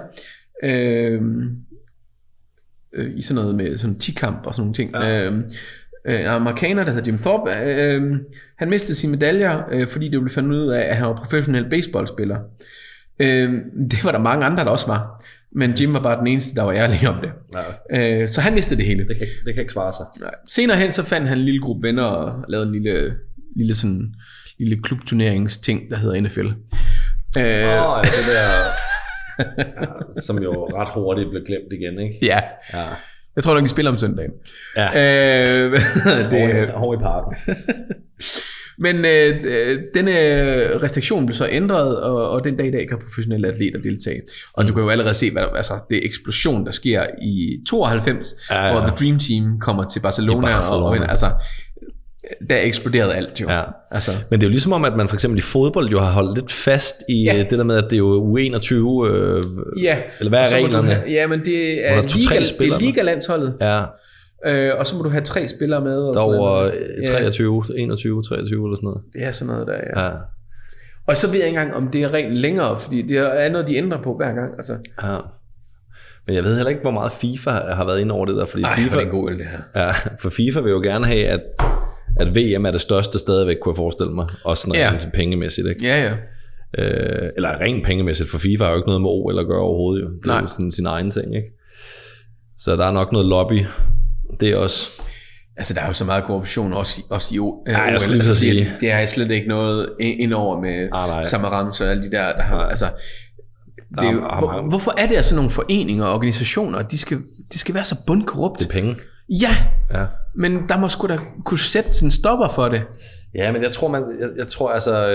i sådan noget med sådan 10-kamp og sådan nogle ting. En amerikaner, der hedder Jim Thorpe, han mistede sine medaljer, fordi det blev fundet ud af, at han var professionel baseballspiller. Det var der mange andre, der også var. Men Jim var bare den eneste, der var ærlig om det. Så han mistede det hele. Det kan ikke svare sig. Nej. Senere hen, så fandt han en lille gruppe venner og lavede en lille klubturneringsting, der hedder NFL. Det der, som jo ret hurtigt blev glemt igen, ikke? Ja. Jeg tror nok, de spiller om søndagen. Ja. Hård i parken. Men denne restriktion blev så ændret, og den dag i dag kan professionelle atleter deltage. Og du kan jo allerede se, hvad det eksplosion, der sker i 92, hvor The Dream Team kommer til Barcelona. Og der eksploderede alt jo. Ja. Men det er jo ligesom om, at man for eksempel i fodbold jo har holdt lidt fast i det der med, at det er jo U21, eller hvad er reglerne? Men det er ligalandsholdet. Ja. Og så må du have 3 spillere med. Og der over 23, 21, 23 eller sådan noget. Det er sådan noget der, ja. Og så ved jeg ikke engang, om det er reglen længere, fordi det er noget, de ændrer på hver gang. Ja. Men jeg ved heller ikke, hvor meget FIFA har været inde over det der. Fordi FIFA er en god øl, det her. Ja, for FIFA vil jo gerne have, at VM er det største stadigvæk, kunne jeg forestille mig. Også rent pengemæssigt, ikke? Ja. Eller rent pengemæssigt, for FIFA har jo ikke noget med OL at gøre overhovedet. Jo. Det er jo sådan sin egen ting, ikke? Så der er nok noget lobby. Det er også... Altså, der er jo så meget korruption også i OL. Jeg skulle lige så sige. Det har slet ikke noget indover med Samarans og alle de der har... Hvorfor er det, at sådan nogle foreninger og organisationer, de skal være så bundkorrupte? Det er penge. Ja, men der må sgu da kunne sætte sådan en stopper for det. Ja, men jeg tror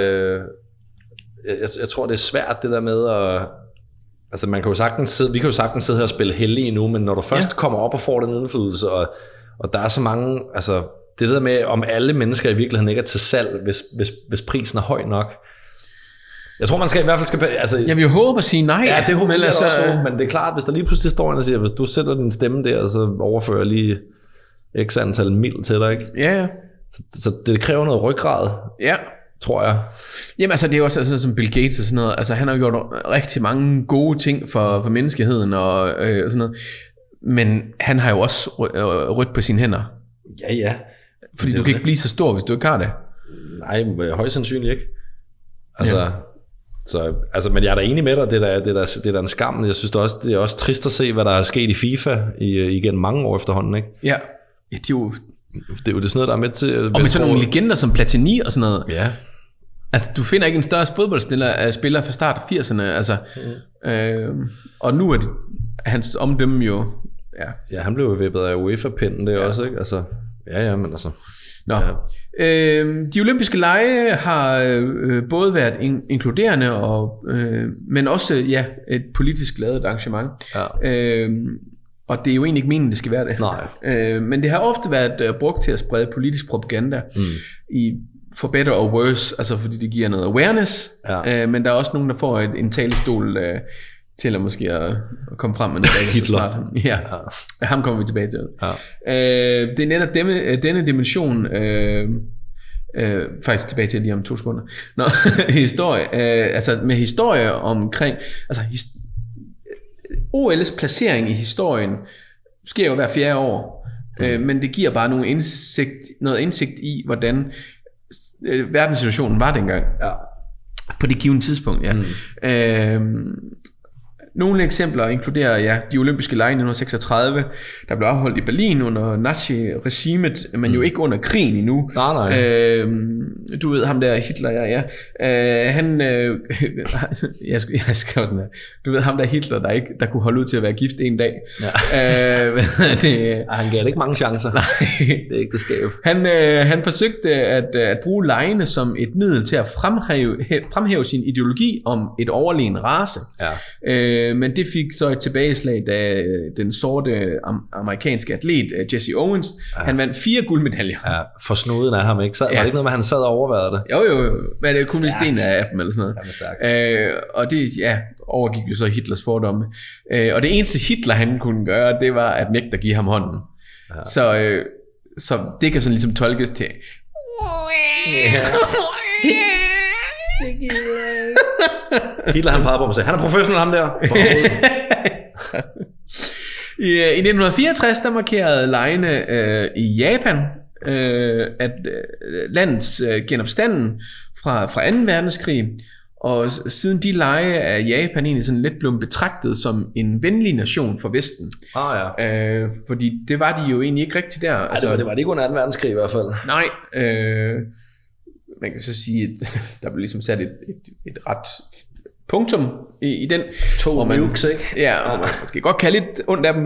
det er svært det der med at... Altså man kan jo sagtens sidde, vi kan jo sagtens sidde her og spille heldige nu, men når du først kommer op og får den indflydelse, og der er så mange, altså det der med, om alle mennesker i virkeligheden ikke er til salg, hvis prisen er høj nok. Jeg tror man skal i hvert fald jeg vil jo håbe at sige nej. Ja, det håber jeg også, men det er klart, hvis der lige pludselig står en og siger, hvis du sætter din stemme der, så overfører lige x antal mil til dig, ikke? Ja. Så det kræver noget ryggrad. Ja. Tror jeg. Jamen altså, det er jo også sådan som Bill Gates og sådan noget. Altså han har gjort rigtig mange gode ting for menneskeheden og sådan noget. Men han har jo også rødt på sine hænder. Ja. Fordi du kan ikke blive så stor, hvis du ikke har det. Nej, højst sandsynligt ikke. Men jeg er da enig med dig. Det er da en skam. Jeg synes det er også trist at se, hvad der er sket i FIFA igen mange år efterhånden, ikke? Ja, det er jo... Det er jo sådan noget, der er med til... Og med sådan nogle legender som Platini og sådan noget. Ja. Altså, du finder ikke en større fodboldspiller fra start af 80'erne, altså. Og nu er det hans omdømme jo... Ja, han blev jo vippet af UEFA-pinden, det også, ikke? Altså, men altså... Nå. Ja. De olympiske lege har både været inkluderende, men også et politisk ladet arrangement. Ja. Og det er jo egentlig ikke meningen, det skal være det. Nej. Men det har ofte været brugt til at sprede politisk propaganda for better or worse, altså fordi det giver noget awareness, men der er også nogen, der får en talestol til at måske at komme frem med noget. Hitler. Ja, ham kommer vi tilbage til. Ja. Det er netop denne dimension, faktisk tilbage til lige om 2 sekunder. Historie, altså med historie omkring, altså OL's placering i historien sker jo hver 4. år, men det giver bare noget indsigt i, hvordan verdenssituationen var dengang. Ja. På det givne tidspunkt, ja. Nogle eksempler inkluderer de olympiske lege i 1936, der blev afholdt i Berlin under Nazi-regimet, men jo ikke under krigen endnu. Nej. Du ved ham der Hitler, han jeg skrev den her. Du ved ham der Hitler, der kunne holde ud til at være gift en dag. Han gav det ikke mange chancer. Nej, det er ikke det skæve. Han forsøgte at bruge legene som et middel til at fremhæve sin ideologi om et overlegen race. Men det fik så et tilbageslag, da den sorte amerikanske atlet Jesse Owens, han vandt 4 guldmedaljer. Ja, for snuden af ham, ikke? Var det ikke noget med, at han sad og overvejede det? Jo, men det kunne vist en af dem eller sådan noget. Og det overgik jo så Hitlers fordomme. Og det eneste Hitler han kunne gøre, det var at nægte at give ham hånden. Så det kan sådan ligesom tolkes til Hitler han pegede på mig og sagde, han er professionel ham der. I 1964 der markerede legene i Japan at landets genopstanden fra 2. verdenskrig, og siden de lege er Japan egentlig sådan lidt blevet betragtet som en venlig nation for Vesten. Fordi det var de jo egentlig ikke rigtigt der. Altså, det var det ikke under 2. verdenskrig i hvert fald. Nej, man kan så sige, at der blev ligesom sat et ret punktum i den. 2 nukes, ikke? Ja, og man skal godt kalde lidt ondt af dem.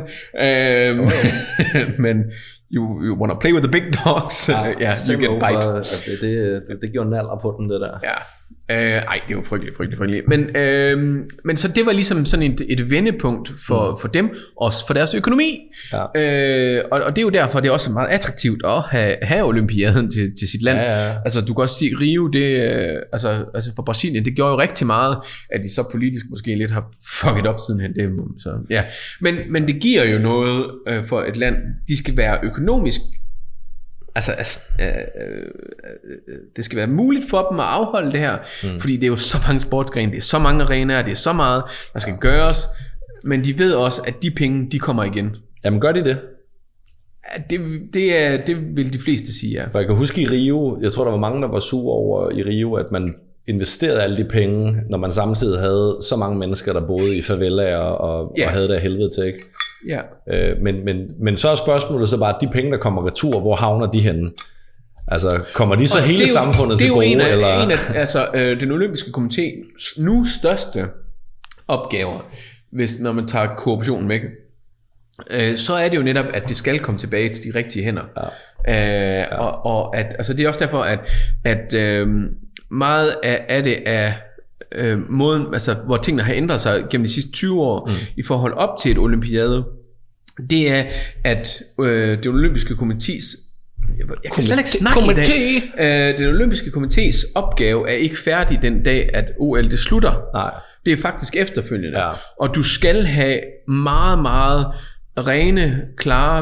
Men you wanna play with the big dogs, you get bite. Det gjorde naller på den, det der. Ja. Ej, det var frygteligt. Men så det var ligesom sådan et vendepunkt for dem, også for deres økonomi. Og det er jo derfor, det er også meget attraktivt at have olympiaden til sit land. Altså, du kan også sige, Rio, det, altså for Brasilien, det gjorde jo rigtig meget, at de så politisk måske lidt har fucket op sidenhen. Men det giver jo noget for et land. De skal være økonomisk. Det skal være muligt for dem at afholde det her, fordi det er jo så mange sportsgrene, det er så mange arenaer, det er så meget, der skal gøres, men de ved også, at de penge, de kommer igen. Jamen gør de det? Det vil de fleste sige, ja. For jeg kan huske i Rio, jeg tror der var mange, der var sure over i Rio, at man investerede alle de penge, når man samtidig havde så mange mennesker, der boede i favelaer og havde det af helvede til, ikke? Ja. Men så er spørgsmålet så bare, at de penge, der kommer retur, hvor havner de henne? Altså, kommer de så hele samfundet til gode? Det er jo en af den olympiske komités nu største opgaver, når man tager korruptionen med, så er det jo netop, at det skal komme tilbage til de rigtige hænder. Og at, altså det er også derfor, at meget af det er måden, altså hvor tingene har ændret sig gennem de sidste 20 år i forhold op til et olympiade, det er at det olympiske komités jeg kan slet ikke snakke i dag. Den olympiske komités opgave er ikke færdig den dag at OL det slutter. Nej. Det er faktisk efterfølgende. Og du skal have meget, meget rene, klare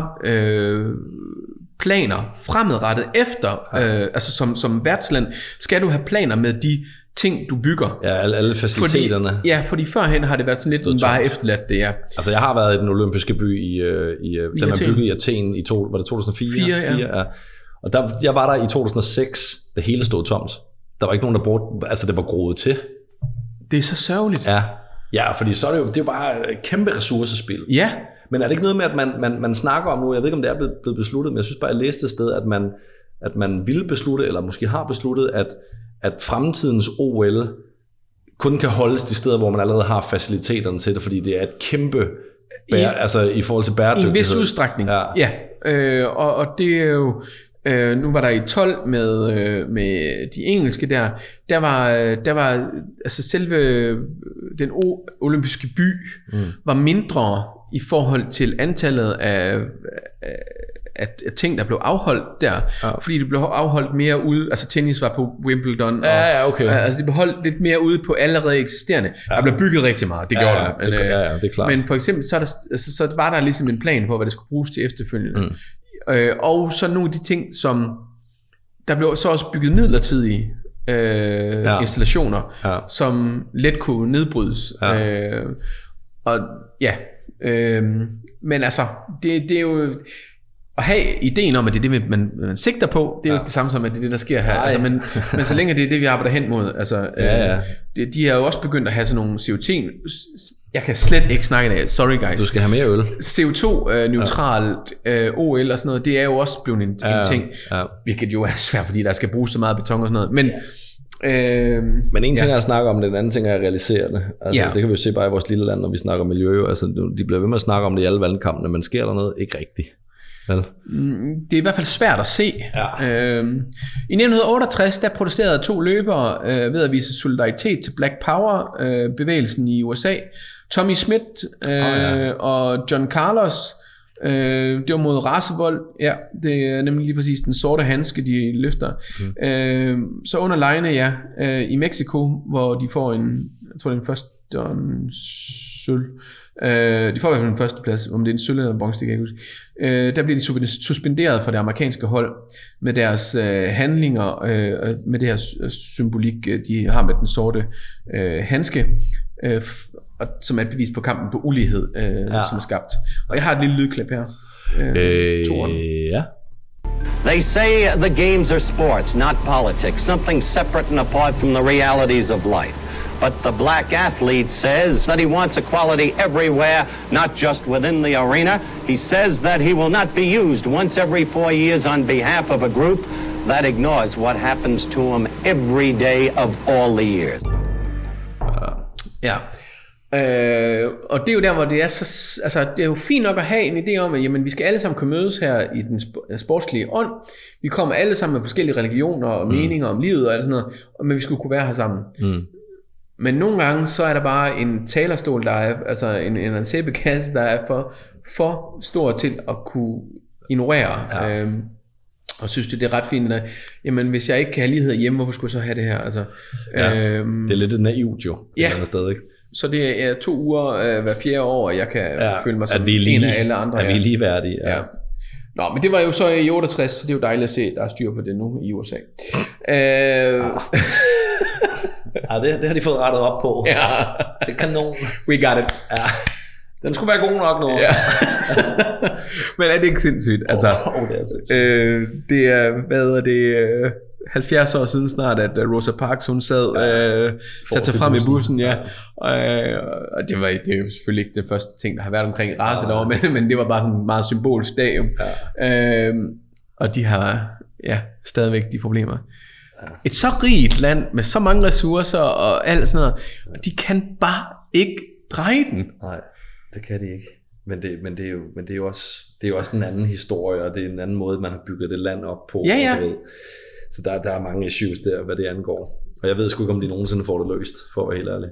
planer fremadrettet efter, altså som værtsland skal du have planer med de ting du bygger. Ja, alle faciliteterne. Fordi førhen har det været sådan lidt bare efterladt det, ja. Altså jeg har været i den olympiske by den er bygget i Athen var det 2004? Ja. Og jeg var der i 2006, det hele stod tomt. Der var ikke nogen, der brugte, altså det var groet til. Det er så sørgeligt. Ja, fordi så er det jo, det er jo bare et kæmpe ressourcespil. Ja. Men er det ikke noget med, at man snakker om nu, jeg ved ikke, om det er blevet besluttet, men jeg synes bare, jeg læste et sted, at man ville beslutte, eller måske har besluttet, at fremtidens OL kun kan holdes de steder, hvor man allerede har faciliteterne til det, fordi det er et kæmpe, altså i forhold til bæredygtighed. I en vis udstrækning, ja. Og det er jo, nu var der i 12 med de engelske der var altså selve den olympiske by var mindre i forhold til antallet af ting, der blev afholdt der, fordi det blev afholdt mere ude, altså tennis var på Wimbledon, okay. Altså det blev holdt lidt mere ude på allerede eksisterende. Der blev bygget rigtig meget, det gjorde der. Det er klart. Men for eksempel, så var der ligesom en plan for, hvad det skulle bruges til efterfølgende. Og så nogle af de ting, som der blev så også bygget midlertidige installationer, som let kunne nedbrydes. Men altså, det er jo at have ideen om, at det er det, man sigter på, det er jo ikke det samme som, at det er det, der sker her. Altså, men så længe det er det, vi arbejder hen mod. Altså, de har jo også begyndt at have sådan nogle CO2... Jeg kan slet ikke snakke af. Sorry guys. Du skal have mere øl. CO2-neutralt OL og sådan noget, det er jo også blevet en ting. Hvilket jo er svært, fordi der skal bruges så meget beton og sådan noget. Men en ting er at snakke om det, den anden ting er at realisere det. Altså, det kan vi jo se bare i vores lille land, når vi snakker om miljø. Altså, de bliver ved med at snakke om det i alle valgkampene, men sker der noget? Ikke rigtigt. Vel? Det er i hvert fald svært at se. I 1968 der protesterede 2 løbere ved at vise solidaritet til Black Power bevægelsen i USA. Tommy Smith og John Carlos. Det var mod racevold. Ja, det er nemlig lige præcis den sorte handske de løfter. Så under legene i Mexico, hvor de får jeg tror det er en første sølv. De får i hvert fald den første plads. Om det er en sølv eller en bronze, det kan jeg huske. Der bliver de suspenderet fra det amerikanske hold med deres handlinger, med det her symbolik de har med den sorte handske, som er et bevis på kampen på ulighed, som er skabt. Og jeg har et lille lydklip her. They say the games are sports, not politics, something separate and apart from the realities of life. But the black athlete says that he wants equality everywhere, not just within the arena. He says that he will not be used once every 4 years on behalf of a group that ignores what happens to him every day of all the years. Og det er jo der, hvor det er så... Altså, det er jo fint nok at have en idé om, at jamen, vi skal alle sammen kunne mødes her i den sportslige ånd. Vi kommer alle sammen med forskellige religioner og meninger om livet og alt sådan noget, men vi skulle kunne være her sammen. Men nogle gange, så er der bare en talerstol, der er... Altså, en sæbekasse, der er for stor til at kunne ignorere. Og synes det er ret fint, at jamen, hvis jeg ikke kan have lighed hjemme, hvorfor skulle jeg så have det her? Altså, det er lidt naivt jo, et andet sted, ikke? Så det er 2 uger hver 4. år, og jeg kan føle mig som en af alle andre. At vi er ligeværdige. Nå, men det var jo så i 68, så det er jo dejligt at se, der er styr på det nu i USA. Det har de fået rettet op på. Det er kanon. We got it. Den skulle være god nok nu. Men er det ikke sindssygt? Altså, det er sindssygt. Det er, hvad er det... 70 år siden snart, at Rosa Parks, hun satte sig frem i bussen, og det er jo selvfølgelig ikke det første ting, der har været omkring race derovre, men det var bare sådan en meget symbolisk dag. Og de har stadigvæk de problemer. Et så rigt land, med så mange ressourcer og alt sådan noget, og de kan bare ikke dreje den. Nej, det kan de ikke. Men det er jo også en anden historie, og det er en anden måde, man har bygget det land op på. Så der er mange issues der, hvad det angår. Og jeg ved sgu ikke, om de nogensinde får det løst, for at være helt ærlig.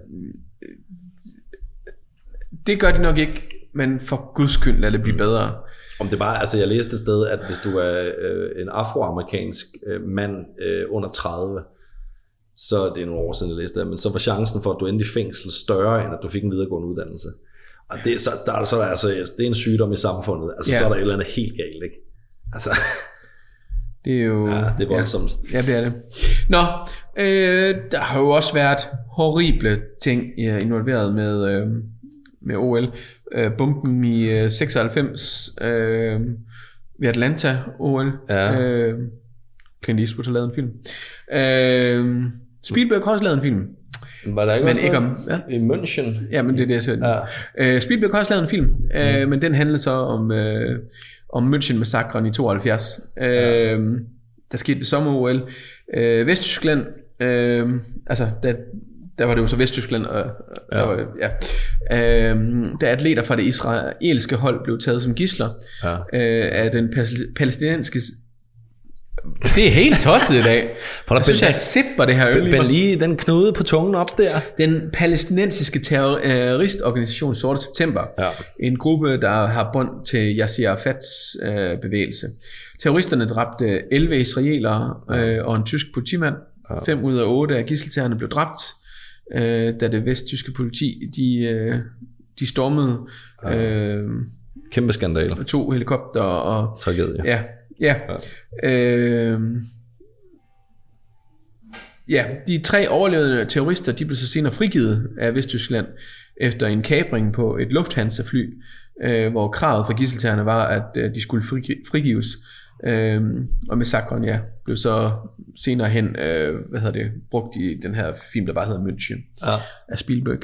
Det gør de nok ikke, men for guds skyld lad det blive bedre. Om det bare, altså jeg læste et sted, at hvis du er en afroamerikansk mand under 30, så det er nogle år siden, jeg læste det, men så var chancen for, at du endte i fængsel større, end at du fik en videregående uddannelse. Og det, det er en sygdom i samfundet. Altså så er der et eller andet helt galt, ikke? Altså... Det er jo... Ja, det er voldsomt. Ja, det er det. Nå, der har jo også været horrible ting involveret med OL. Bomben i 96 ved Atlanta OL. Clint Eastwood har lavet en film. Spielberg har også lavet en film. Var der ikke men ikke om i München? Ja, men det er det jeg siger. Spielberg har også lavet en film, men den handler så om München-massakren i 72. Der skete ved sommer-OL. Vesttyskland, altså der var det jo så Vesttyskland, da atleter fra det israelske hold blev taget som gidsler af den palæstinensiske... Det er helt tosset i dag. Jeg synes, jeg sipper det her øl. Men lige den knude på tungen op der. Den palæstinensiske terroristorganisation Sorte September. En gruppe, der har bånd til Yasser Arafats bevægelse. Terroristerne dræbte 11 israelere og en tysk politimand. 5 ud af 8 af gidseltagerne blev dræbt, da det vesttyske politi de stormede. Kæmpe skandale. 2 helikopter og tragedie. De 3 overlevende terrorister, de blev så senere frigivet af Vesttyskland efter en kapring på et Lufthansa-fly hvor kravet fra gidseltagerne var, at de skulle frigives. Og massakren, blev så senere hen brugt i den her film, der bare hedder München af Spielberg.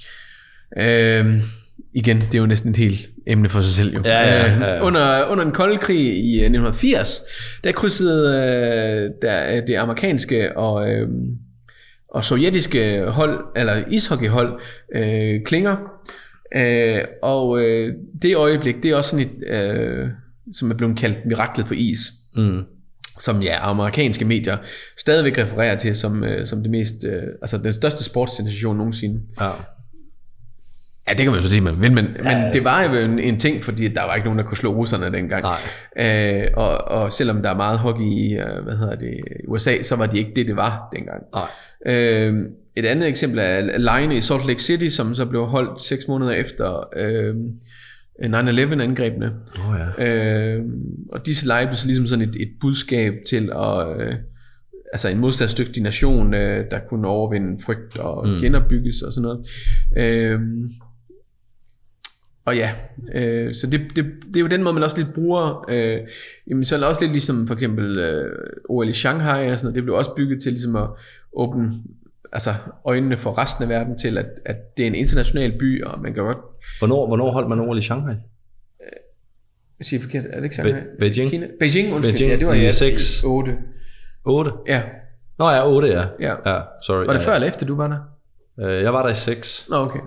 Igen, det er jo næsten et helt emne for sig selv jo. Under den kolde krig i 1980, der krydsede det amerikanske og sovjetiske hold, eller ishockeyhold, klinger. Og det øjeblik, det er også sådan et, som er blevet kaldt miraklet på is. Som amerikanske medier stadigvæk refererer til som det mest, altså den største sportssensation nogensinde. Ja, det kan man jo sige, men det var jo en ting, fordi der var ikke nogen, der kunne slå russerne dengang. Og selvom der er meget hockey i USA, så var de ikke det var dengang. Et andet eksempel er legene i Salt Lake City, som så blev holdt 6 måneder efter 9/11-angrebene. Og disse lege blev så ligesom sådan et budskab til at en modstandsdygtig nation, der kunne overvinde frygt og genopbygges og sådan noget. Så det er jo den måde man også lidt bruger. Så er det også lidt ligesom for eksempel OL i Shanghai og sådan noget. Det blev også bygget til ligesom at åbne øjnene for resten af verden til at det er en international by, og man kan godt. Hvornår holdt man OL i Shanghai? Jeg siger forkert, er det ikke Shanghai? Beijing. Kina? Beijing, undskyld. Beijing, ja, det var i 6. 8. 8? Ja. Nå ja, 8 ja. Sorry. Var det før eller efter du var der? Jeg var der i 6. Nå, okay,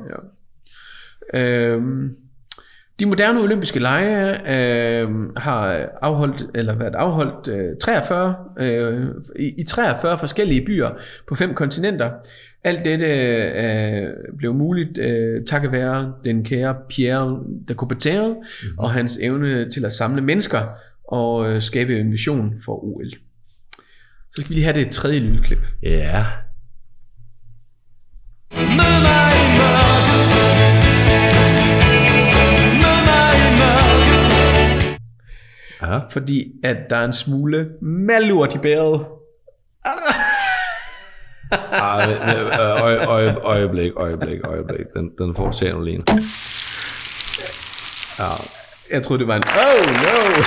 de moderne olympiske lege har været afholdt 43 i 43 forskellige byer på 5 kontinenter. Alt dette blev muligt takket være den kære Pierre de Coubertin og hans evne til at samle mennesker og skabe en vision for OL. Så skal vi lige have det tredje lille klip. Ja. Fordi at der er en smule malurt i bæret. Øjeblik. Den fortjener du lige. Jeg troede det var en no.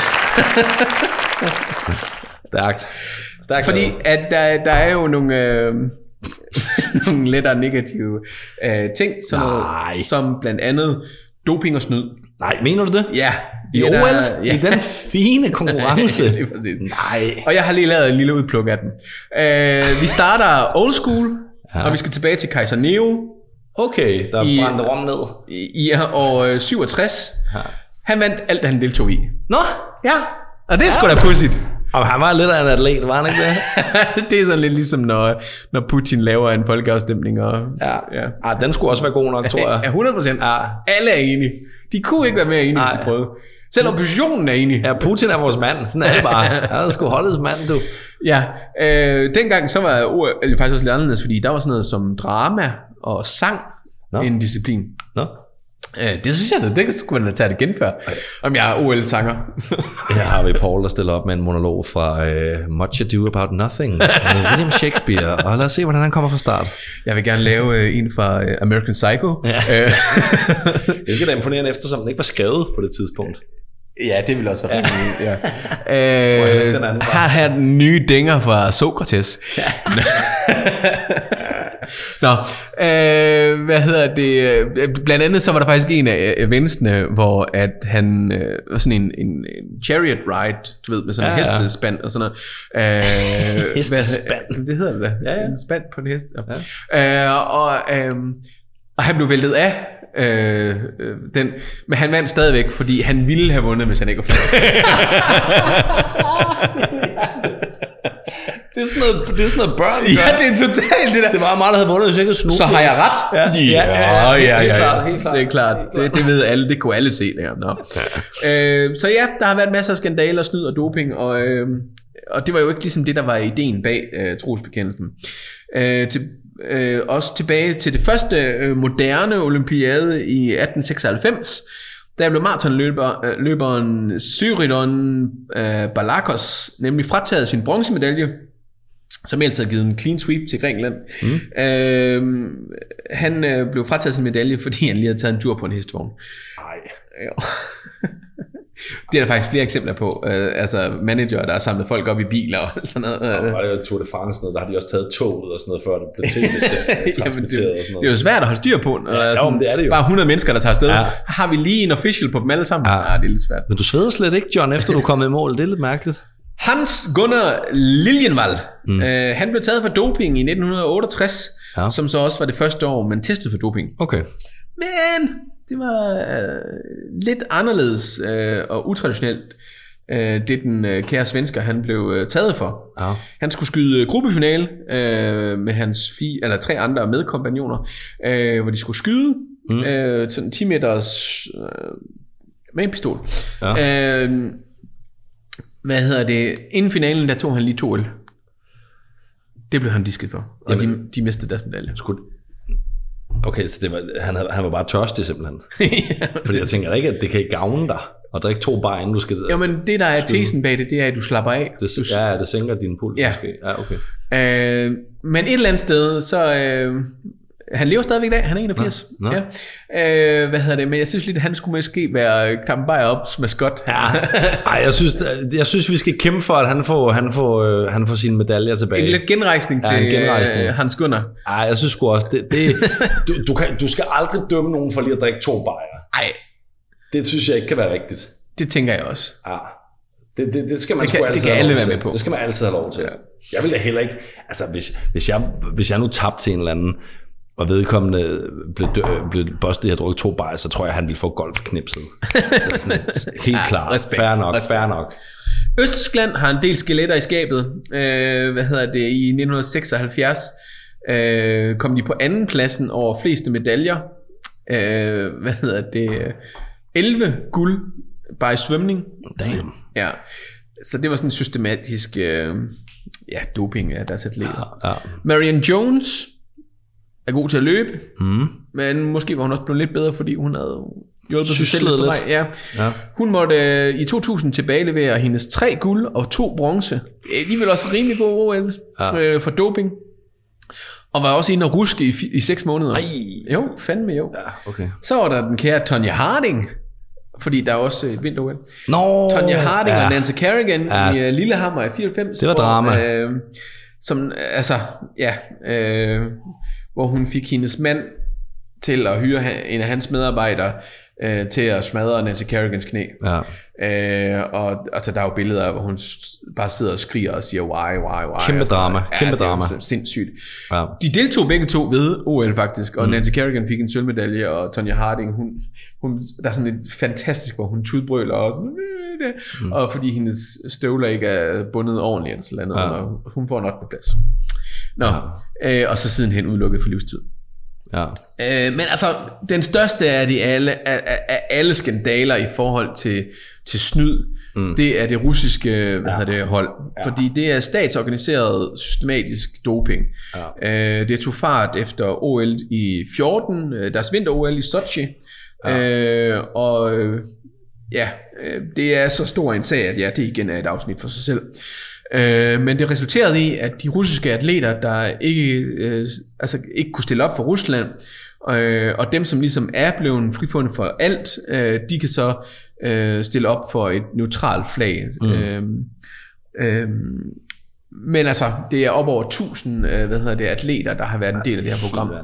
Stærkt. Fordi at der er jo nogle nogle lettere negative ting, som blandt andet doping og snyd. Nej, mener du det? Ja. I OL? I den fine konkurrence? Nej. Og jeg har lige lavet en lille udpluk af den. Vi starter old school, og vi skal tilbage til Kejser Nero. Okay, der brændte Rom ned. I år 67. Han vandt alt, han deltog i. Nå? Ja, og det er sgu da pudsigt. Og han var lidt af en atlet, var han ikke det? Det er sådan lidt ligesom, når Putin laver en folkeafstemning. Den skulle også være god nok, tror jeg. Ja, 100%. Alle er enige. De kunne ikke være mere enige, hvis de prøvede. Selv oppositionen er enige. Ja, Putin er vores mand. Sådan er det bare. Han skulle holdes mand, du. Ja, dengang så var OL faktisk også lidt anderledes, fordi der var sådan noget som drama og sang en disciplin. Det synes jeg, det skulle man da tage det igen før, om jeg er OL-sanger. Her har vi Paul, der stiller op med en monolog fra Much Ado About Nothing, William Shakespeare, og lad os se, hvordan han kommer fra start. Jeg vil gerne lave en fra American Psycho. Hvilket er imponerende, eftersom den ikke var skrevet på det tidspunkt. Ja, det vil også være rigtig. Her er den nye dænger fra Sokrates. Blandt andet så var der faktisk en af eventsene, hvor at han sådan en chariot ride, du ved, med sådan en hestespand og sådan noget. Hestespand? Det hedder det da. Ja. En spand på en hest. Og han blev væltet af den, men han vandt stadigvæk, fordi han ville have vundet, hvis han ikke var færdig. Det er sådan noget børn. Ja, det er totalt det der. Det var meget, der havde vundet, hvis jeg ikke havde snublet. Så har jeg ret? Ja. Helt klart. Det er klart. Det ved alle. Det kunne alle se der. Så ja, der har været masser af skandaler, snyd og doping, og det var jo ikke ligesom det, der var ideen bag trosbekendelsen. Også tilbage til det første moderne olympiade i 1896. Der blev maratonløberen Cyridon Balakos nemlig frataget sin bronzemedalje, som ellers havde givet en clean sweep til Grækenland. Han blev frataget sin medalje, fordi han lige havde taget en tur på en hestevogn. Det er der faktisk flere eksempler på. Altså manager, der har samlet folk op i biler og sådan noget. Og var det jo Tour de France, der har de også taget toget og sådan noget, før det blev transmitteret og sådan noget. Det er jo svært at holde styr på. Det er det jo. Bare 100 mennesker, der tager afsted. Ja. Har vi lige en official på dem alle sammen? Ja, det er lidt svært. Men du sveder slet ikke, John, efter du er kommet i mål. Det er lidt mærkeligt. Hans Gunnar Liljenvall. Han blev taget for doping i 1968, som så også var det første år, man testede for doping. Okay. Men det var lidt anderledes og utraditionelt, det den kære svensker, han blev taget for. Ja. Han skulle skyde gruppefinale med hans 3 andre medkompagnoner, hvor de skulle skyde sådan 10 meters med en pistol. Ja. Inden finalen, der tog han lige 2 øl. Det blev han disket for, og de mistede deres medalje. Okay, så det var, han var bare tørstig simpelthen. Fordi jeg tænker ikke, at det kan ikke gavne dig at drikke 2 bajer, inden du skal... Jo, men det der er tesen bag det er, at du slapper af. Det sænker din puls måske. Ja, okay. Men et eller andet sted, så... han lever stadigvæk i dag, han er 81. Nå. Ja. Men jeg synes lidt, at han skulle måske være Kampen Bajer op maskot. Ja. Ej, jeg synes, vi skal kæmpe for, at han får sine medaljer tilbage. En lidt genrejsning til Hans Gunnar. Ej, jeg synes sgu også, du skal aldrig dømme nogen for lige at drikke 2 bajer. Ej. Det synes jeg ikke kan være rigtigt. Det tænker jeg også. Ja. Det skal man sgu altid have lov til. Det skal man altid have lov til. Ja. Jeg vil da heller ikke... Altså, hvis jeg nu tabte til en eller anden, og vedkommende blev bustet, jeg drukket 2 bajer, så tror jeg, han ville få golfknipset. Så sådan helt klart. Fair nok. Østtyskland har en del skeletter i skabet. I 1976 kom de på anden pladsen over fleste medaljer. 11 guld bare i svømning. Damn. Ja. Så det var sådan en systematisk doping af deres atleter. Ja. Marion Jones er god til at løbe, men måske var hun også blevet lidt bedre, fordi hun havde hjulpet sig selv lidt på vej. Ja. Hun måtte i 2000 tilbagelevere hendes 3 guld og 2 bronze. De ville også rimelig god OL for doping. Og var også inde og ruske i 6 måneder. Ej. Jo, fandme jo. Ja, okay. Så var der den kære Tonya Harding, fordi der er også et vinter-OL. Tonya Harding og Nancy Kerrigan i Lillehammer i 94. Det var drama. Hvor hun fik hendes mand til at hyre en af hans medarbejdere til at smadre Nancy Kerrigans knæ. Ja. Og altså, der er jo billeder, hvor hun bare sidder og skriger og siger why. Kæmpe drama. Det er sindssygt. Ja. De deltog begge to ved OL faktisk, og Nancy Kerrigan fik en sølvmedalje, og Tonya Harding, hun der er sådan et fantastisk, hvor hun tudbrøler og sådan, og fordi hendes støvler ikke er bundet ordentligt eller sådan noget, og hun får en 8. plads. Og så sidenhen udelukket for livstid. Ja. Men altså, den største af alle skandaler i forhold til snyd, det er det russiske hold. Ja. Fordi det er statsorganiseret systematisk doping. Ja. Det tog fart efter OL i 14, deres vinter-OL i Sochi. Ja. Det er så stor en sag, at det igen er et afsnit for sig selv. Men det resulterede i, at de russiske atleter, der ikke kunne stille op for Rusland, og dem, som ligesom er blevet frifundet for alt, de kan så stille op for et neutralt flag. Men altså, det er op over 1000 atleter, der har været en del af det her program.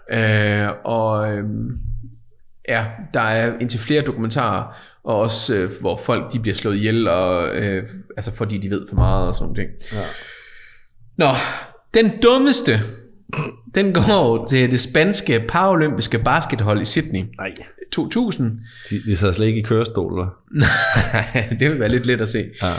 Der er indtil flere dokumentarer, og også hvor folk de bliver slået ihjel, og fordi de ved for meget og sådan ting. Ja. Nå, den dummeste, den går til det spanske paralympiske baskethold i Sydney. Nej. 2000. De sidder slet ikke i kørestol, eller? Nej, det vil være lidt let at se. Ja,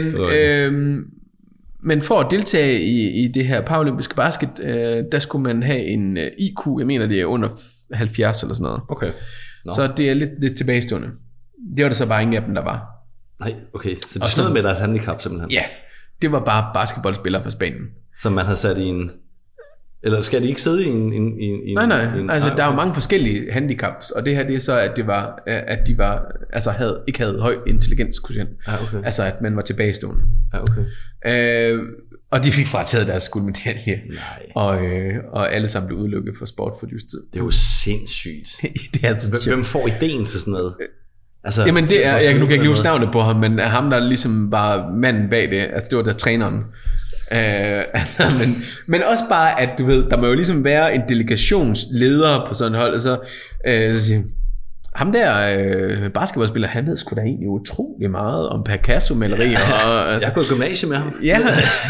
men for at deltage i det her paralympiske basket, der skulle man have en IQ, jeg mener det er under 70 eller sådan noget. Okay. Så det er lidt tilbagestående. Det var der så bare ingen af dem, der var. Nej, okay. Så det stod med deres handicap simpelthen? Ja, det var bare basketballspillere fra Spanien. Som man havde sat i en... Eller skal de ikke sidde i en... Nej. Der er jo mange forskellige handicaps, og det her det er så, at de var, ikke havde høj intelligenskvotient. Okay. Altså, at man var tilbagestående. Okay. Og de fik frataget deres guldmedalje. Og alle sammen blev udelukket for sport for livstid. Det er jo sindssygt. Det er altså Hvem får ideen til sådan noget? Altså, jamen det er, nu kan jeg ikke huske navnet på ham, men ham, der ligesom var manden bag det, altså det var der træneren. Altså, men også bare, at du ved, der må jo ligesom være en delegationsleder på sådan et hold, og så siger ham der basketballspiller, han ved sgu da egentlig utrolig meget om Picasso-malerier. Altså, jeg har gået gymnasiet med ham. Ja.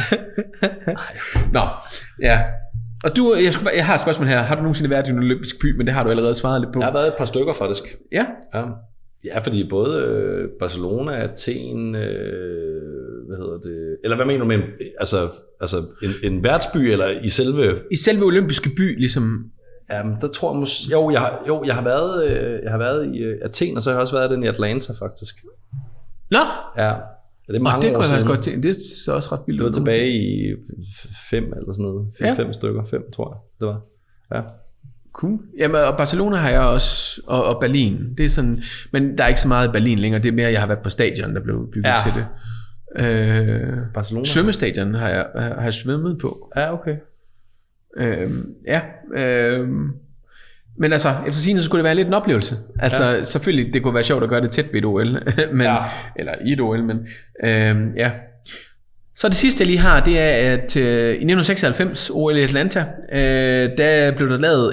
Nå, ja. Og jeg har et spørgsmål her. Har du nogensinde været i en olympisk by? Men det har du allerede svaret lidt på. Jeg har været et par stykker faktisk. Ja. Ja, fordi både Barcelona, Athen, eller hvad mener du med, altså en værtsby, eller i selve olympiske by, ligesom. Jamen, der tror jeg måske, jeg har været i Athen, og så har jeg også været den i Atlanta, faktisk. Nå! Ja. Det er mange det år siden. Godt til. Det er så også ret vildt. Det var tilbage i 5 eller sådan noget. 5 stykker, 5 tror jeg, det var. Ja. Cool. Jamen, og Barcelona har jeg også, og Berlin. Det er sådan, men der er ikke så meget i Berlin længere. Det er mere, jeg har været på stadion, der blev bygget til det. Barcelona. Svømmestadion har jeg svømmet på. Ja, okay. Men altså, efter sigende, så skulle det være lidt en oplevelse. Altså, selvfølgelig, det kunne være sjovt at gøre det tæt ved et OL, men, eller i et OL, men ja. Så det sidste, jeg lige har, det er, at i 1996, OL i Atlanta, der blev der lavet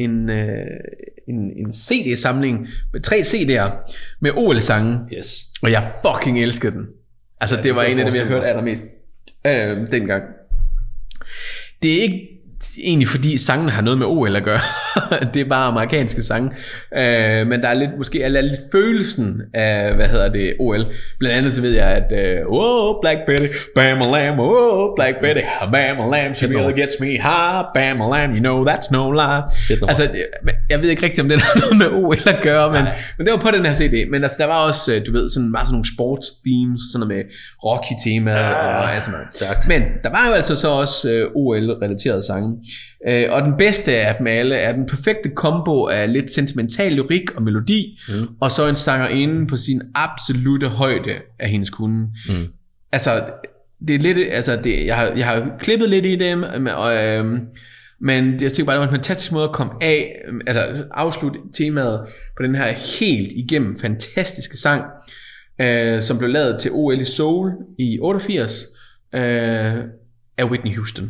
en CD-samling med 3 CD'er med OL-sange. Yes. Og jeg fucking elskede den. Altså, det var en af dem, jeg hørte allermest dengang. Det er ikke egentlig fordi sangene har noget med OL at gøre. Det er bare amerikanske sange. Men der er lidt, måske er lidt følelsen af, OL. Blandt andet så ved jeg, at Black Betty, bam-a-lam, Black Betty, bam-a-lam, she really gets me high, bam-a-lam, you know that's no lie. Altså, jeg ved ikke rigtig, om det har noget med OL at gøre, men det var på den her CD. Men altså, der var også, du ved, sådan nogle sports themes, sådan noget med Rocky-temaet og alt sådan noget. Men der var jo altså så også OL-relaterede sange. Og den bedste af dem alle er den perfekte kombo af lidt sentimental lyrik og melodi, og så en sangerinde på sin absolute højde af hendes kunde. Altså, det er lidt, altså jeg har klippet lidt i dem, men jeg tænker bare, det var en fantastisk måde at komme af, eller afslutte temaet på den her helt igennem fantastiske sang, som blev lavet til OL i Seoul i 88 af Whitney Houston.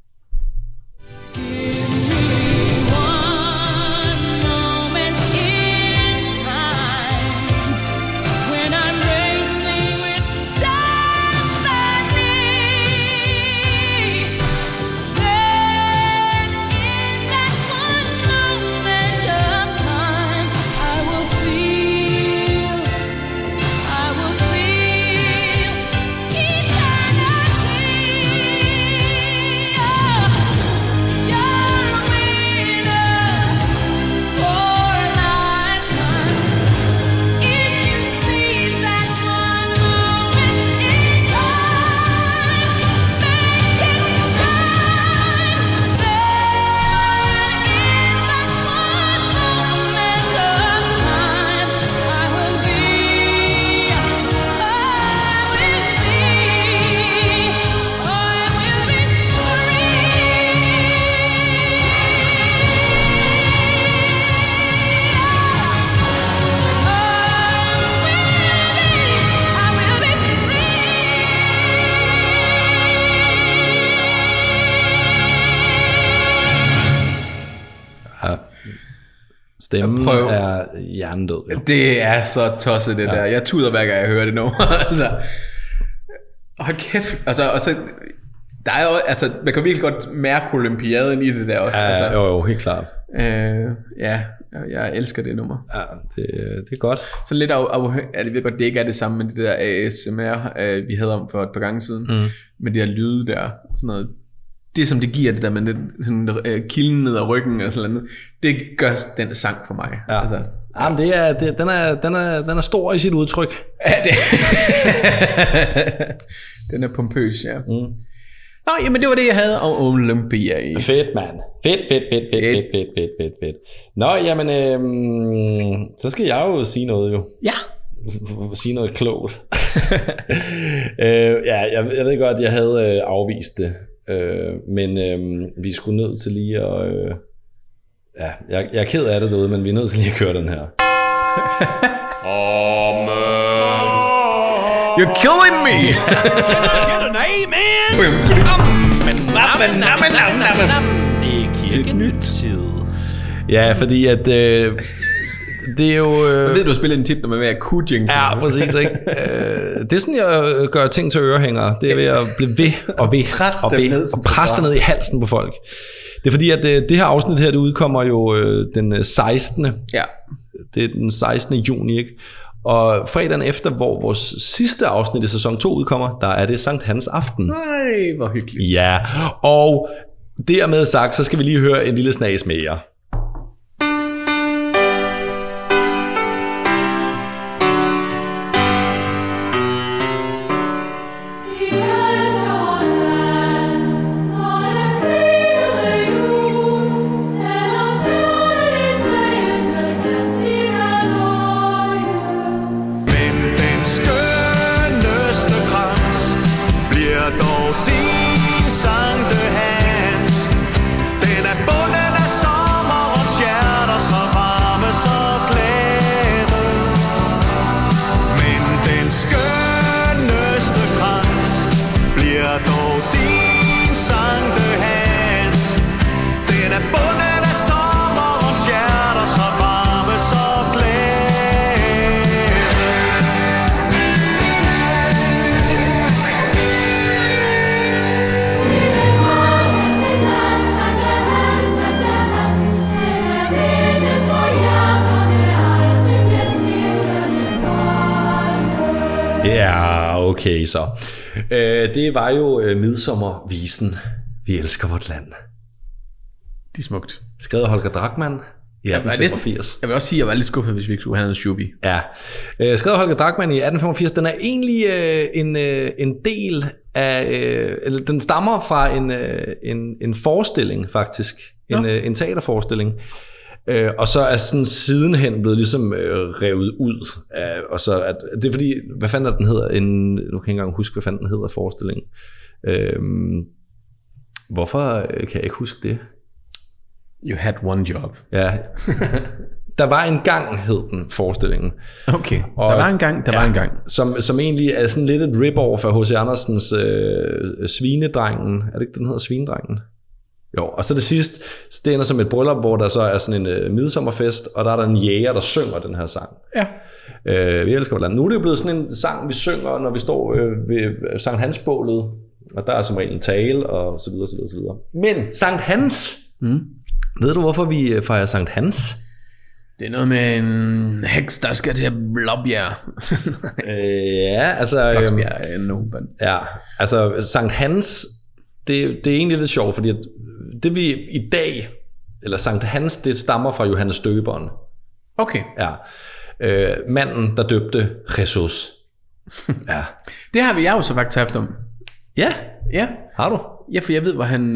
Stemmen er hjernedød. Jo. Det er så tosset det der. Jeg tuder hver gang jeg hører det nu. Hold kæft. Altså, og så, der er jo, altså, man kan virkelig godt mærke olympiaden i det der også. Altså, jo, helt klart. Jeg elsker det nummer. Ja, det er godt. Så lidt jeg ved godt, det ikke er det samme, men det der ASMR, vi havde om for et par gange siden, med det der lyde der, sådan noget. Det som det giver det der med den sådan kilden ned ad ryggen og sådan noget, det gør den sang for mig. Ja. Altså, jamen den er stor i sit udtryk. Ja, den er pompøs, ja. Nå, jamen det var det jeg havde om Olympia i. Fedt, mand. Fedt. Nå, jamen så skal jeg jo sige noget jo. Ja. Sige noget klogt. Jeg ved godt, jeg havde afvist det. Men vi er sgu nødt til lige at jeg er ked af det derude, men vi er nødt til lige at køre den her. You're killing me! Get an amen! Det er kirkenyt-tid. Ja, fordi at... det er jo... Jeg ved, du spiller en tit, når man vil være kujing. Ja, præcis, ikke? Det er sådan, jeg gør ting til ørehængere. Det er ved at blive ved og ved og presse ned i halsen på folk. Det er fordi, at det her afsnit her, det udkommer jo den 16. Ja. Det er den 16. juni, ikke? Og fredagen efter, hvor vores sidste afsnit i sæson 2 udkommer, der er det Sankt Hans aften. Nej, hvor hyggeligt. Ja, og dermed sagt, så skal vi lige høre en lille snas mere. Okay, så. Det var jo midsommervisen. Vi elsker vort land. Det er smukt. Skrevet Holger Drachmann i 1885. Jeg vil også sige, at jeg var lidt skuffet, hvis vi ikke skulle have noget Shubi. Ja. Skrevet Holger Drachmann i 1885. Den er egentlig en del af... eller den stammer fra en forestilling, faktisk. En teaterforestilling. Og så er sådan sidenhen blevet ligesom revet ud af, og så at det er fordi, hvad fanden er den hedder, nu kan jeg ikke engang huske, hvad fanden den hedder forestillingen. Hvorfor kan jeg ikke huske det? You had one job. Ja. Der var en gang, hed den forestillingen. Okay, og der var en gang. Som egentlig er sådan lidt et rip-off af H.C. Andersens Svinedrengen. Er det ikke, den hedder Svinedrengen? Jo, og så det sidste, det ender som et bryllup, hvor der så er sådan en midsommerfest, og der er der en jæger, der synger den her sang. Ja. Vi elsker hvordan. Nu er det jo blevet sådan en sang, vi synger, når vi står ved Sankt Hans-bålet, og der er som regel en tale, og så videre, så videre, så videre. Men Sankt Hans, ved du hvorfor vi fejrer Sankt Hans? Det er noget med en heks, der skal til Blåbjerg. Ja, altså... Blåbjerg, ja, altså Sankt Hans... Det er egentlig lidt sjovt, fordi at det vi i dag, eller Sankt Hans, det stammer fra Johannes Døberen. Okay. Ja. Manden, der døbte Jesus. Ja. Det har jeg jo så faktisk haft om. Ja? Ja. Har du? Ja, for jeg ved, hvor han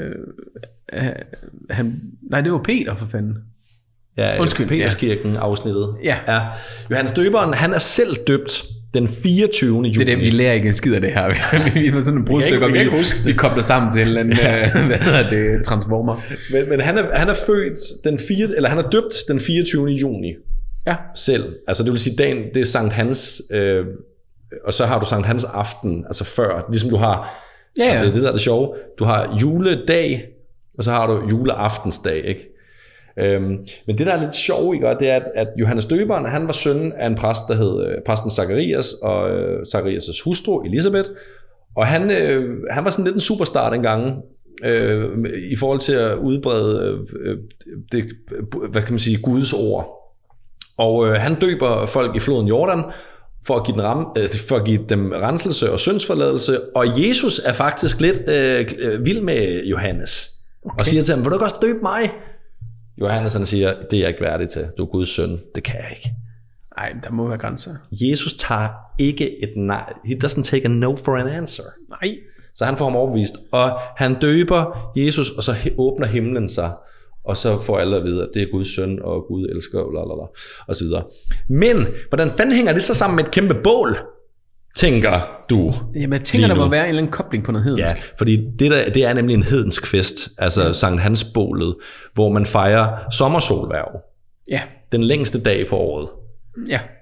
nej, det var Peter for fanden. Ja, undskyld, Peterskirken afsnittet. Ja. Johannes Døberen, han er selv døbt den 24. juni. Det er det, vi lærer ikke en skid af det her. Vi får sådan en brudstykker, vi kobler sammen til en eller anden, hvad hedder det, transformer. Men han er født han er døbt den 24. juni. Ja. Selv. Altså det vil sige, dagen, det er Sankt Hans, og så har du Sankt Hans aften, altså før, ligesom du har, ja. Det der er det sjove, du har juledag, og så har du juleaftensdag, ikke? Men det der er lidt sjovt, ikke, det er at Johannes Døberen, han var søn af en præst, der hed præsten Zacharias, og Zacharias' hustru Elisabeth, og han var sådan lidt en superstar dengang, i forhold til at udbrede det, hvad kan man sige, Guds ord. Og han døber folk i floden Jordan for at give dem renselse og syndsforladelse, og Jesus er faktisk lidt vild med Johannes, og siger til ham, vil du ikke også døbe mig? Johannes han siger, det er jeg ikke værdig til. Du er Guds søn. Det kan jeg ikke. Nej, der må være grænser. Jesus tager ikke et nej. He doesn't take a no for an answer. Nej. Så han får ham overbevist. Og han døber Jesus, og så åbner himlen sig. Og så får alle at vide, at det er Guds søn, og Gud elsker, og så videre. Men, hvordan fanden hænger det så sammen med et kæmpe bål? Tænker du? Jamen, jeg tænker, der må være en eller anden kobling på noget hedensk. Ja, fordi det er nemlig en hedensk fest, altså Sankt Hans bålet, hvor man fejrer sommersolværv. Ja. Den længste dag på året. Ja.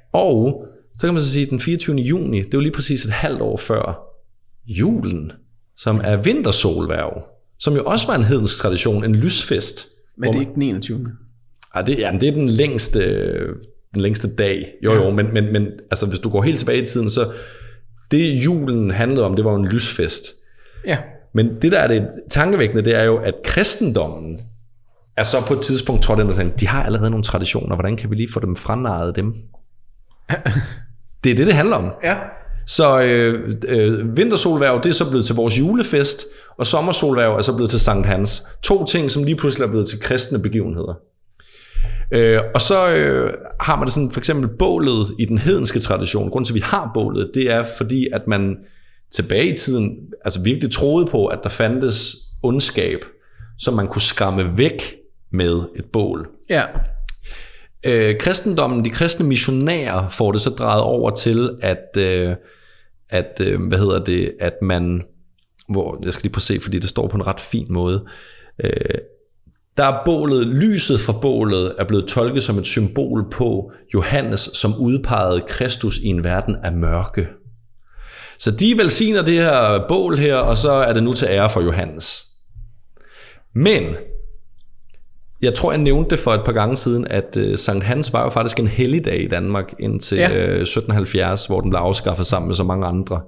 Og så kan man så sige, at den 24. juni, det er jo lige præcis et halvt år før julen, som er vintersolværv, som jo også var en hedensk tradition, en lysfest. Men det er ikke den 21. Det er den længste dag. Jo, men altså, hvis du går helt tilbage i tiden, så det julen handlede om, det var en lysfest. Ja. Men det, der er det tankevækkende, det er jo, at kristendommen er så på et tidspunkt trådt ind og sagt, de har allerede nogle traditioner, hvordan kan vi lige få dem franarret dem? Det er det handler om. Ja. Så vintersolværv, det er så blevet til vores julefest, og sommersolværv er så blevet til Sankt Hans. 2 ting, som lige pludselig er blevet til kristne begivenheder. Og så har man det sådan, for eksempel bålet i den hedenske tradition. Grunden til, at vi har bålet, det er fordi, at man tilbage i tiden altså virkelig troede på, at der fandtes ondskab, som man kunne skræmme væk med et bål. Ja. Kristendommen, de kristne missionærer får det så drejet over til, at man, hvor jeg skal lige prøve at se, fordi det står på en ret fin måde, der er bålet, lyset fra bålet er blevet tolket som et symbol på Johannes, som udpegede Kristus i en verden af mørke. Så de velsigner det her bål her, og så er det nu til ære for Johannes. Men jeg tror, jeg nævnte det for et par gange siden, at Sankt Hans var jo faktisk en helligdag i Danmark indtil 1770, hvor den blev afskaffet sammen med så mange andre.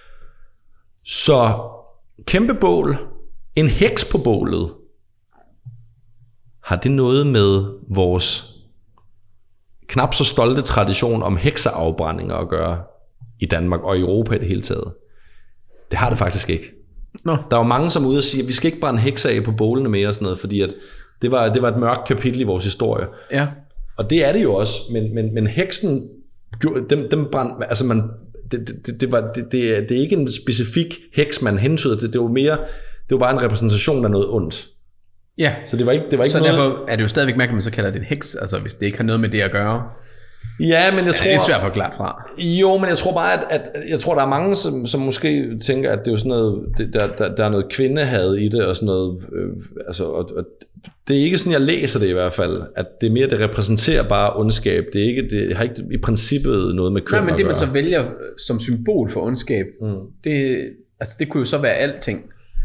Så kæmpe bål, en heks på bålet, har det noget med vores knap så stolte tradition om hekseafbrændinger at gøre i Danmark og i Europa i det hele taget? Det har det faktisk ikke. Nå. Der er jo mange, som er ude og siger, at vi skal ikke brænde hekser af på bålene mere og sådan noget, fordi at det var et mørkt kapitel i vores historie. Ja. Og det er det jo også, men heksen, dem brændte, altså det er ikke en specifik heks, man hentyder til, det var bare en repræsentation af noget ondt. Ja. Så det var ikke så noget. Derfor er det jo stadigvæk mærkeligt, at man så kalder det en heks, altså hvis det ikke har noget med det at gøre. Ja, men jeg tror... Det er svært at forklare fra. Jo, men jeg tror bare, at jeg tror, der er mange, som måske tænker, at det er jo sådan noget, der er noget kvindehad i det, og sådan noget, og det er ikke sådan, jeg læser det i hvert fald, at det er mere, det repræsenterer bare ondskab. Det har ikke i princippet noget med køn at gøre. Nej, men det man så vælger som symbol for ondskab, det kunne jo så være alting.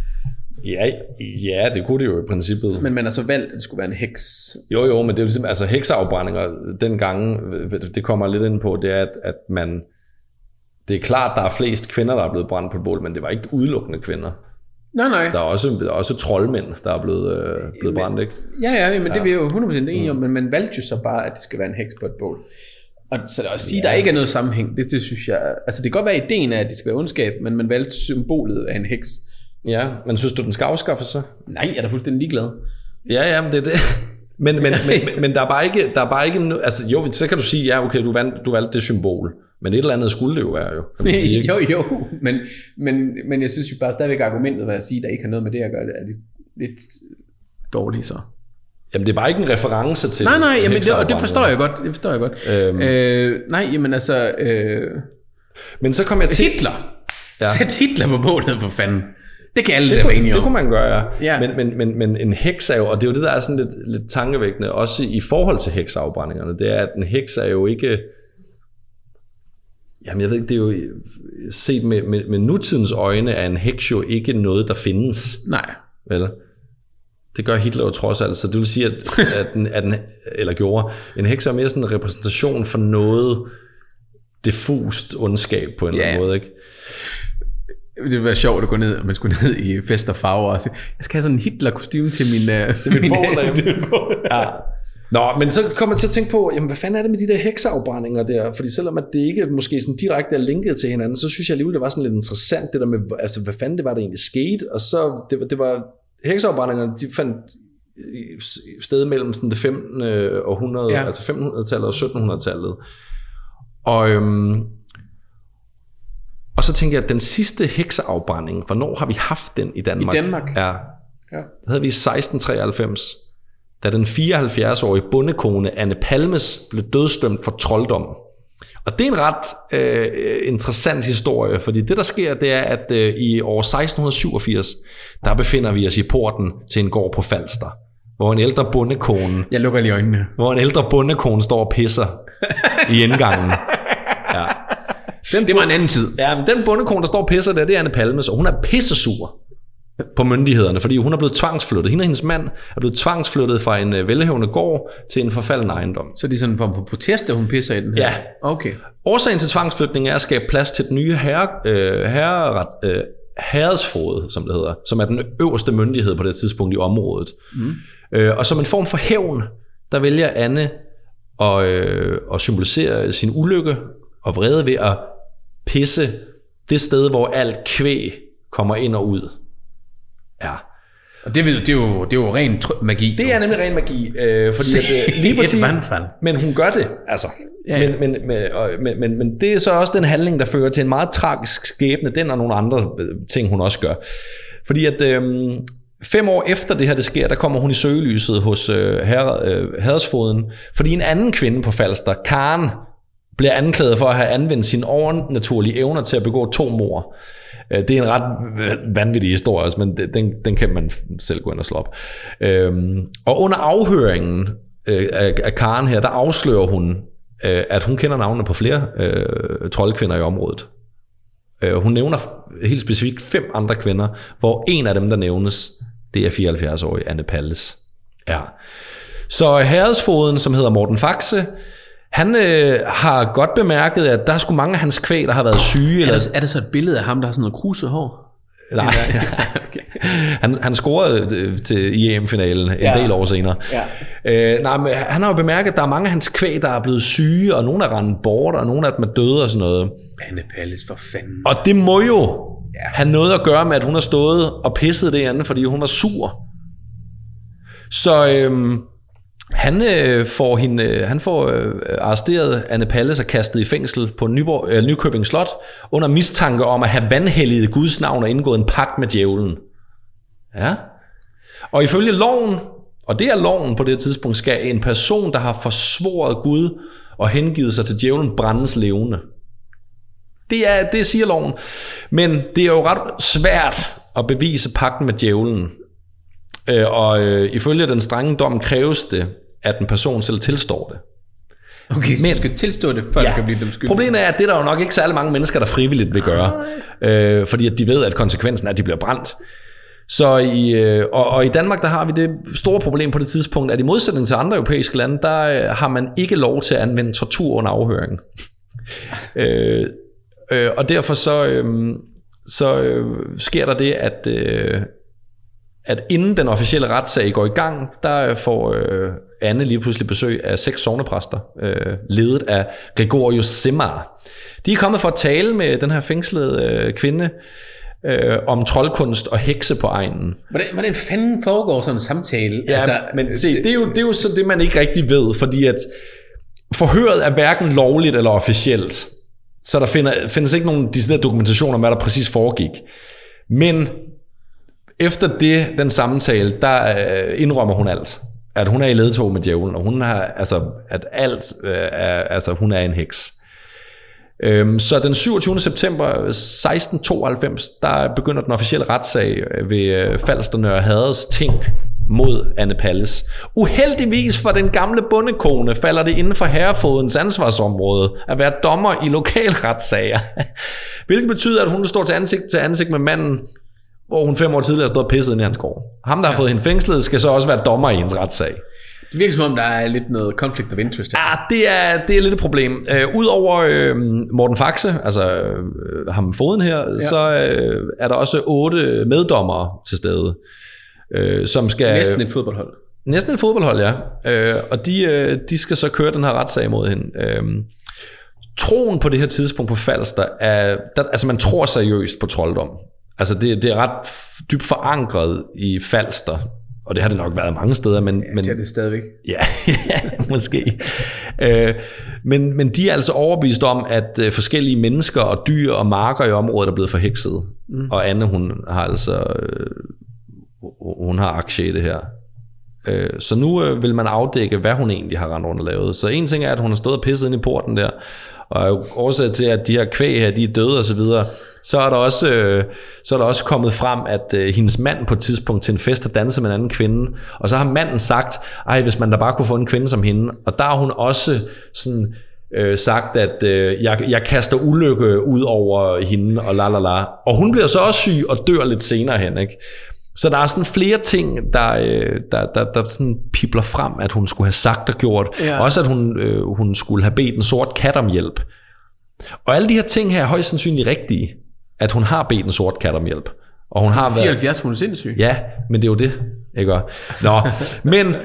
Ja, det kunne det jo i princippet. Men man har så valgt, at det skulle være en heks. Jo, men det er jo ligesom, altså hekseafbrændinger, dengang, det kommer lidt ind på, det er, at man, det er klart, der er flest kvinder, der er blevet brændt på et bål, men det var ikke udelukkende kvinder. Nej. Der er også troldmænd, der er blevet brændt, ikke? Ja, men det er vi jo 100% enige om, men man valgte jo så bare, at det skal være en heks på et bål. Og så at sige, der ikke er noget sammenhæng, det synes jeg, altså det kan godt være ideen af, at det skal være ondskab, men man valgte symbolet af en heks. Ja, men synes du, den skal afskaffes så? Nej, jeg er da fuldstændig ligeglad. Ja, men det er det. Men der er bare ikke altså jo, så kan du sige, ja, okay, du valgte det symbol, men et eller andet skulle det jo være, jo. Kan man sige, jo, men jeg synes jo bare stadigvæk argumentet var at sige, der ikke har noget med det at gøre, det er lidt dårligt så. Jamen det er bare ikke en reference til. Nej, jamen det forstår jeg godt. Nej, jamen altså. Men så kom jeg til Hitler. Ja. Sæt Hitler på bålet for fanden. Det kan alle være enige om. Det kunne man gøre, ja. Men en heks er jo, og det er jo det, der er sådan lidt tankevækkende, også i forhold til hekseafbrændingerne, det er, at en heks er jo ikke, jamen jeg ved ikke, det er jo set med nutidens øjne, er en heks jo ikke noget, der findes. Nej. Vel? Det gør Hitler jo trods alt, så det vil sige, eller gjorde, en heks er mere sådan en repræsentation for noget diffust ondskab på en eller anden måde, ikke? Det ville være sjovt at gå ned, og man skulle ned i fest og farver og sige, jeg skal have sådan en Hitler-kostyme til min bål. Ja. Nå, men så kommer jeg til at tænke på, jamen hvad fanden er det med de der hekseafbrændinger der? Fordi selvom at det ikke måske sådan direkte er linket til hinanden, så synes jeg alligevel, det var sådan lidt interessant, det der med, altså hvad fanden det var, der egentlig skete. Og så, det var hekseafbrændingerne, de fandt sted mellem sådan det 15. århundrede, altså 1500-tallet og 1700-tallet. Og så tænker jeg, at den sidste hekseafbrænding, hvornår har vi haft den i Danmark? I Danmark? Ja. Det havde vi i 1693, da den 74-årige bondekone Anne Palmes blev dødsdømt for trolddom. Og det er en ret interessant historie, fordi det der sker, det er, at i år 1687, der befinder vi os i porten til en gård på Falster, hvor en ældre bondekone... Jeg lukker lige øjnene. Hvor en ældre bondekone står og pisser i indgangen. Ja. Det var en anden tid. Ja, men den bondekone, der står og pisser der, det er Anne Palmes, og hun er pissesur på myndighederne, fordi hun er blevet tvangsflyttet. Hende og hendes mand er blevet tvangsflyttet fra en velhavende gård til en forfalden ejendom. Så det er sådan en form for protest, at hun pisser i den her? Ja. Okay. Årsagen til tvangsflytningen er at skabe plads til den nye herredsfoged, som det hedder, som er den øverste myndighed på det tidspunkt i området. Og som en form for hævn, der vælger Anne at symbolisere sin ulykke og vrede ved at pisse det sted, hvor alt kvæg kommer ind og ud. Ja. Og det er jo ren magi. Det er nemlig ren magi, fordi at, lige præcis, men hun gør det, altså. Ja. Men det er så også den handling, der fører til en meget tragisk skæbne, den og nogle andre ting, hun også gør. Fordi at 5 år efter det her, det sker, der kommer hun i søgelyset hos herredsfogeden, fordi en anden kvinde på Falster, Karen, bliver anklaget for at have anvendt sine overnaturlige evner til at begå 2 mord. Det er en ret vanvittig historie, men den kan man selv gå ind og slå op. Og under afhøringen af Karen her, der afslører hun, at hun kender navnene på flere troldkvinder i området. Hun nævner helt specifikt 5 andre kvinder, hvor en af dem, der nævnes, det er 74-årige Anne Palles. Ja. Så herredsfogeden, som hedder Morten Faxe, han har godt bemærket, at der er sgu mange af hans kvæg, der har været syge. Er der så et billede af ham, der har sådan noget kruset hår? Nej. Okay. Han scorede til EM-finalen en del år senere. Ja. Men han har jo bemærket, at der er mange af hans kvæg, der er blevet syge, og nogle er rendt bort, og nogle af dem er døde og sådan noget. Anne Palles, for fanden. Og det må jo have noget at gøre med, at hun har stået og pisset det andet, fordi hun var sur. Så han får arresteret Anne Palles og kastet i fængsel på Nykøbing Slot under mistanke om at have vanhelliget Guds navn og indgået en pagt med djævlen. Ja. Og ifølge loven, og det er loven på det tidspunkt, skal en person, der har forsvoret Gud og hengivet sig til djævlen, brændes levende. Det siger loven. Men det er jo ret svært at bevise pagten med djævlen. Og ifølge den strenge dom kræves det, at en person selv tilstår det. Okay, så du skal tilstå det, før du kan blive dem skyldig. Problemet er, at det er der jo nok ikke særlig mange mennesker, der frivilligt vil gøre. Fordi at de ved, at konsekvensen er, at de bliver brændt. Så i Danmark, der har vi det store problem på det tidspunkt, at i modsætning til andre europæiske lande, der har man ikke lov til at anvende tortur under afhøringen. Og derfor så sker der det, at inden den officielle retssag går i gang, der får Anne lige pludselig besøg af 6 sognepræster, ledet af Gregorius Simar. De er kommet for at tale med den her fængslede kvinde om troldkunst og hekse på egnen. Hvordan fanden foregår sådan en samtale? Ja, altså, men se, det er jo så det, man ikke rigtig ved, fordi at forhøret er hverken lovligt eller officielt. Så der findes ikke nogen decideret dokumentation om, hvad der præcis foregik. Men efter den samtale, der indrømmer hun alt. At hun er i ledtog med djævlen, og hun hun er en heks. Så den 27. september 1692, der begynder den officielle retssag ved Falster Nørre Herreds ting mod Anne Palles. Uheldigvis for den gamle bondekone falder det inden for herrefogedens ansvarsområde at være dommer i lokalretssager. Hvilket betyder, at hun står til ansigt med manden, hvor hun 5 år tidligere stod og pisset ind i hans gård. Ham, der har fået hende fængslet, skal så også være dommer i hendes retssag. Det virker som om, der er lidt noget conflict of interest. Ja, det er lidt et problem. Udover Morten Faxe, altså ham foden her, så er der også 8 meddommere til stede, som skal... Næsten et fodboldhold. Næsten et fodboldhold, ja. Og de skal så køre den her retssag mod hende. Troen på det her tidspunkt på Falster altså man tror seriøst på trolddom. Altså det er ret dybt forankret i Falster, og det har det nok været mange steder, men det er det stadigvæk. Ja, måske. Men de er altså overbevist om, at forskellige mennesker og dyr og marker i området er blevet forhekset. Og Anne, hun har aktie i det her. Så nu vil man afdække, hvad hun egentlig har rendt rundt og lavet. Så en ting er, at hun har stået og pisset ind i porten der, og er årsag til, at de her kvæg her, de er døde og så videre. Så er der også kommet frem, at hendes mand på et tidspunkt til en fest har danset med en anden kvinde, og så har manden sagt, hvis man da bare kunne få en kvinde som hende, og der er hun også sådan sagt, at jeg kaster ulykke ud over hende, og la. Og hun bliver så også syg og dør lidt senere hen, ikke? Så der er sådan flere ting, der sådan pibler frem, at hun skulle have sagt og gjort. Ja. Også at hun skulle have bedt en sort kat om hjælp. Og alle de her ting her er højst sandsynligt rigtige. At hun har bedt en sort kat om hjælp. Og hun har 74, hun er sindssyg. Ja, men det er jo det, ikke? Nå, men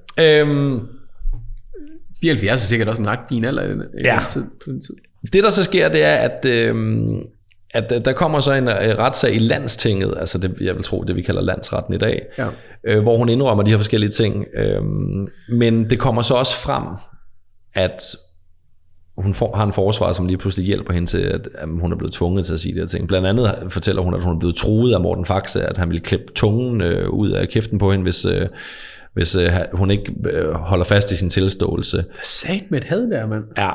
74 er sikkert også en ret fin alder på den tid. Det der så sker, det er, at der kommer så en retssag i Landstinget, altså det, jeg vil tro, det vi kalder landsretten i dag, hvor hun indrømmer de her forskellige ting. Men det kommer så også frem, at hun har en forsvar, som lige pludselig hjælper hende til, at hun er blevet tvunget til at sige de her ting. Blandt andet fortæller hun, at hun er blevet truet af Morten Faxe, at han ville klippe tungen ud af kæften på hende, hvis hun ikke holder fast i sin tilståelse. Hvad sat med et had der, mand? Ja.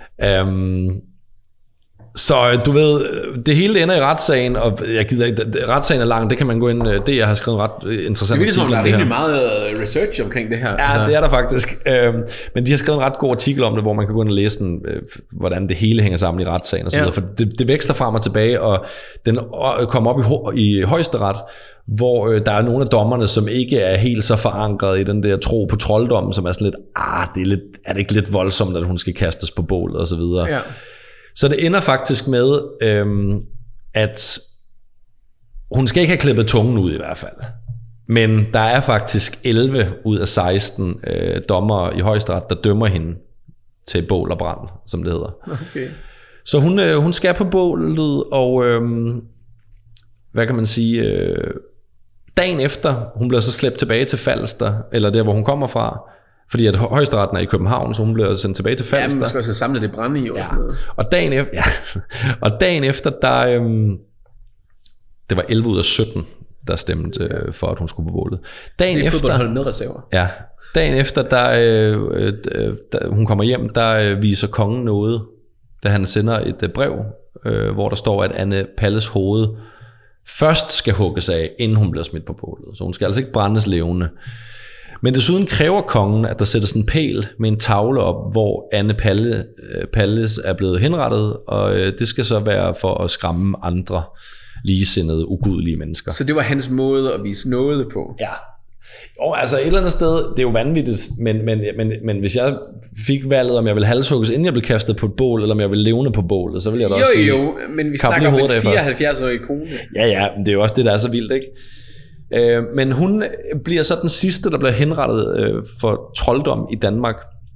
Så du ved, det hele ender i retssagen, og jeg gider ikke, retssagen er lang, det kan man gå ind, det jeg har skrevet en ret interessant artikel om det her. Det er rimelig meget research omkring det her. Ja, altså. Det er der faktisk. Men de har skrevet en ret god artikel om det, hvor man kan gå ind og læse den, hvordan det hele hænger sammen i retssagen og så videre, for det vækster frem og tilbage, og den kommer op i højesteret, hvor der er nogle af dommerne, som ikke er helt så forankret i den der tro på trolddommen, som er sådan lidt, er det ikke lidt voldsomt, at hun skal kastes på bålet og så videre. Ja. Så det ender faktisk med, at hun skal ikke have klippet tungen ud i hvert fald. Men der er faktisk 11 ud af 16 dommere i højesteret, der dømmer hende til bål og brand, som det hedder. Okay. Så hun skal på bålet, og hvad kan man sige, dagen efter, hun bliver så slæbt tilbage til Falster, eller der, hvor hun kommer fra, fordi at højesteretten er i København, så hun bliver sendt tilbage til Falster. Ja, man skal også samle det brænde i og sådan noget. Og dagen efter, der det var 11 ud af 17, der stemte for, at hun skulle på bålet. Dagen efter, med reserver. Ja, dagen efter, da hun kommer hjem, der viser kongen noget, da han sender et brev, hvor der står, at Anne Palles hoved først skal hugges af, inden hun bliver smidt på bålet. Så hun skal altså ikke brændes levende. Men desuden kræver kongen, at der sættes en pæl med en tavle op, hvor Anne Palles er blevet henrettet, og det skal så være for at skræmme andre ligesindede, ugudelige mennesker. Så det var hans måde at vise noget på? Ja. Jo, altså et eller andet sted, det er jo vanvittigt, men hvis jeg fik valget, om jeg ville halshugges, inden jeg blev kastet på et bål, eller om jeg ville levende på bålet, så ville jeg da også sige... Jo, men vi snakker om en 74-årig kone. Ja, det er jo også det, der er så vildt, ikke? Men hun bliver så den sidste, der bliver henrettet for trolddom i Danmark.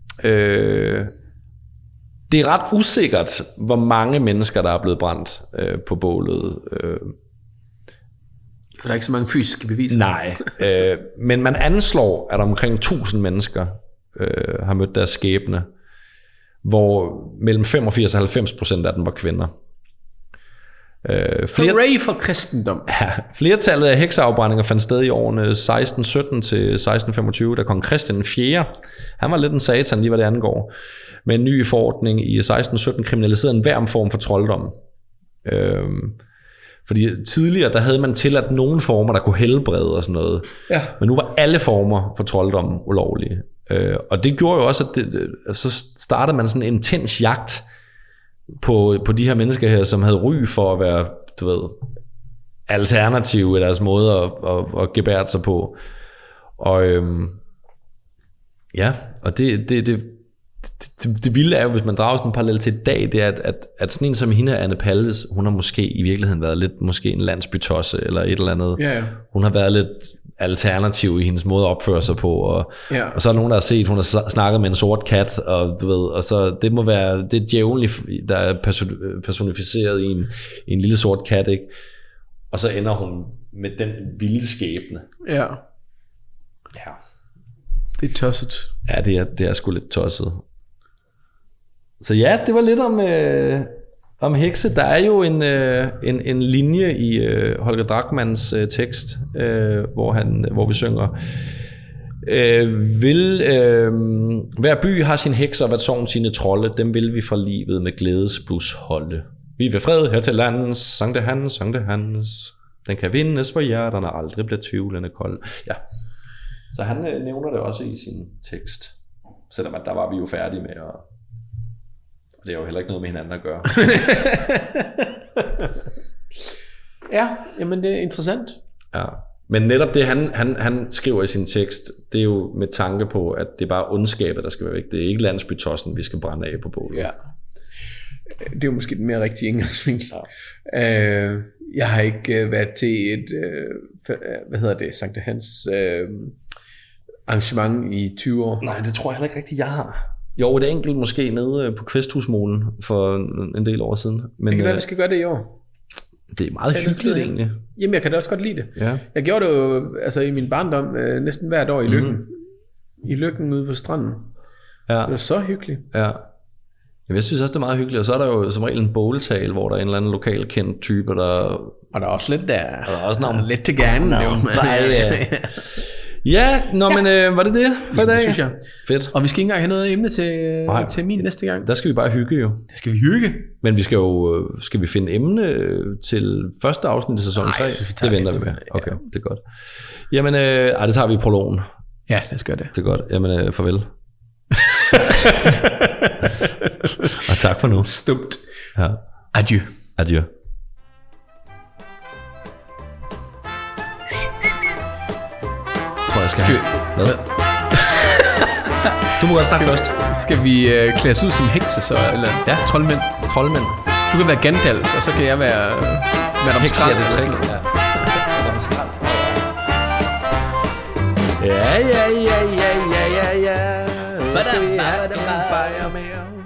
Det er ret usikkert, hvor mange mennesker, der er blevet brændt på bålet. Der er ikke så mange fysiske beviser. Nej, men man anslår, at omkring 1000 mennesker har mødt deres skæbne, hvor mellem 85 og 90% af dem var kvinder. Hooray for kristendom. Ja, flertallet af hekseafbrændinger fandt sted i årene 1617 til 1625, da kong Christian 4. Han var lidt en satan, lige hvad det angår. Med en ny forordning i 1617 kriminaliserede enhver form for trolddom. Fordi tidligere, der havde man tilladt nogle former, der kunne helbrede og sådan noget. Ja. Men nu var alle former for trolddom ulovlige. Og det gjorde jo også, at så startede man sådan en intens jagt på de her mennesker her, som havde ry for at være, du ved, alternative i deres måde at gebære sig på. Og og det vilde er jo, hvis man drager sådan en parallel til i dag, det er, at sådan en som hende, Anne Palles, hun har måske i virkeligheden været lidt måske en landsbytosse, eller et eller andet. Yeah. Hun har været lidt alternativ i hendes måde at opføre sig på, og så er der nogen, der har set, hun har snakket med en sort kat, og du ved, og så det må være, det djævlen, der er personificeret i en lille sort kat, ikke? Og så ender hun med den vilde skæbne. Ja. Det er tosset. Ja, det er sgu lidt tosset. Så ja, det var lidt om hekse. Der er jo en linje i Holger Drachmanns tekst, hvor vi synger: hver by har sin hekser, hvert sogn sine trolde, dem vil vi fra livet med glædesblus holde. Vi vil fred her til lands, Sankte Hans, den kan vindes, for hjerterne aldrig bliver tvivlende kold. Ja. Så han nævner det også i sin tekst, selvom der var vi jo færdige med Det er jo heller ikke noget med hinanden at gøre. Ja, jamen det er interessant. Ja. Men netop det, han skriver i sin tekst, det er jo med tanke på, at det er bare ondskabet, der skal være væk. Det er ikke landsbytossen, vi skal brænde af på bålet. Ja. Det er jo måske den mere rigtige indgangsvinkel. Ja. Jeg har ikke været til et, Sankt Hans arrangement i 20 år. Nej, det tror jeg heller ikke rigtigt, jeg har. Jo, det er enkelt måske nede på Kvæsthusmolen for en del år siden. Men, det kan være, vi skal gøre det i år. Det er meget hyggeligt egentlig. Jamen, jeg kan da også godt lide det. Ja. Jeg gjorde det jo i min barndom næsten hvert år i Løkken. I Løkken ude på stranden. Ja. Det var så hyggeligt. Ja. Jamen, jeg synes også, det er meget hyggeligt. Og så er der jo som regel en båltal, hvor der er en eller anden lokal kendt type, der... Og der er også lidt der. Og der er også nogle... lidt til gerne. Ja, men var det det for i dag? Det synes jeg. Fedt. Og vi skal ikke engang have noget emne til min næste gang. Der skal vi bare hygge jo. Der skal vi hygge. Men vi skal vi finde emne til første afsnit i sæson 3? Det venter vi. Okay, ja. Det er godt. Jamen, det tager vi i prologen. Ja, lad os gøre det. Det er godt. Jamen, farvel. Og tak for nu. Stumt. Ja. Adieu. Adieu. Jeg skal vi... Du må godt snakke først. Skal vi klæde os ud som hekse så? Eller? Ja, troldmænd. Du kan være Gandalf, og så kan jeg være Madame Skrald. Heks, ja, det er ja. Madame Skrald. Ja. Hvad er det?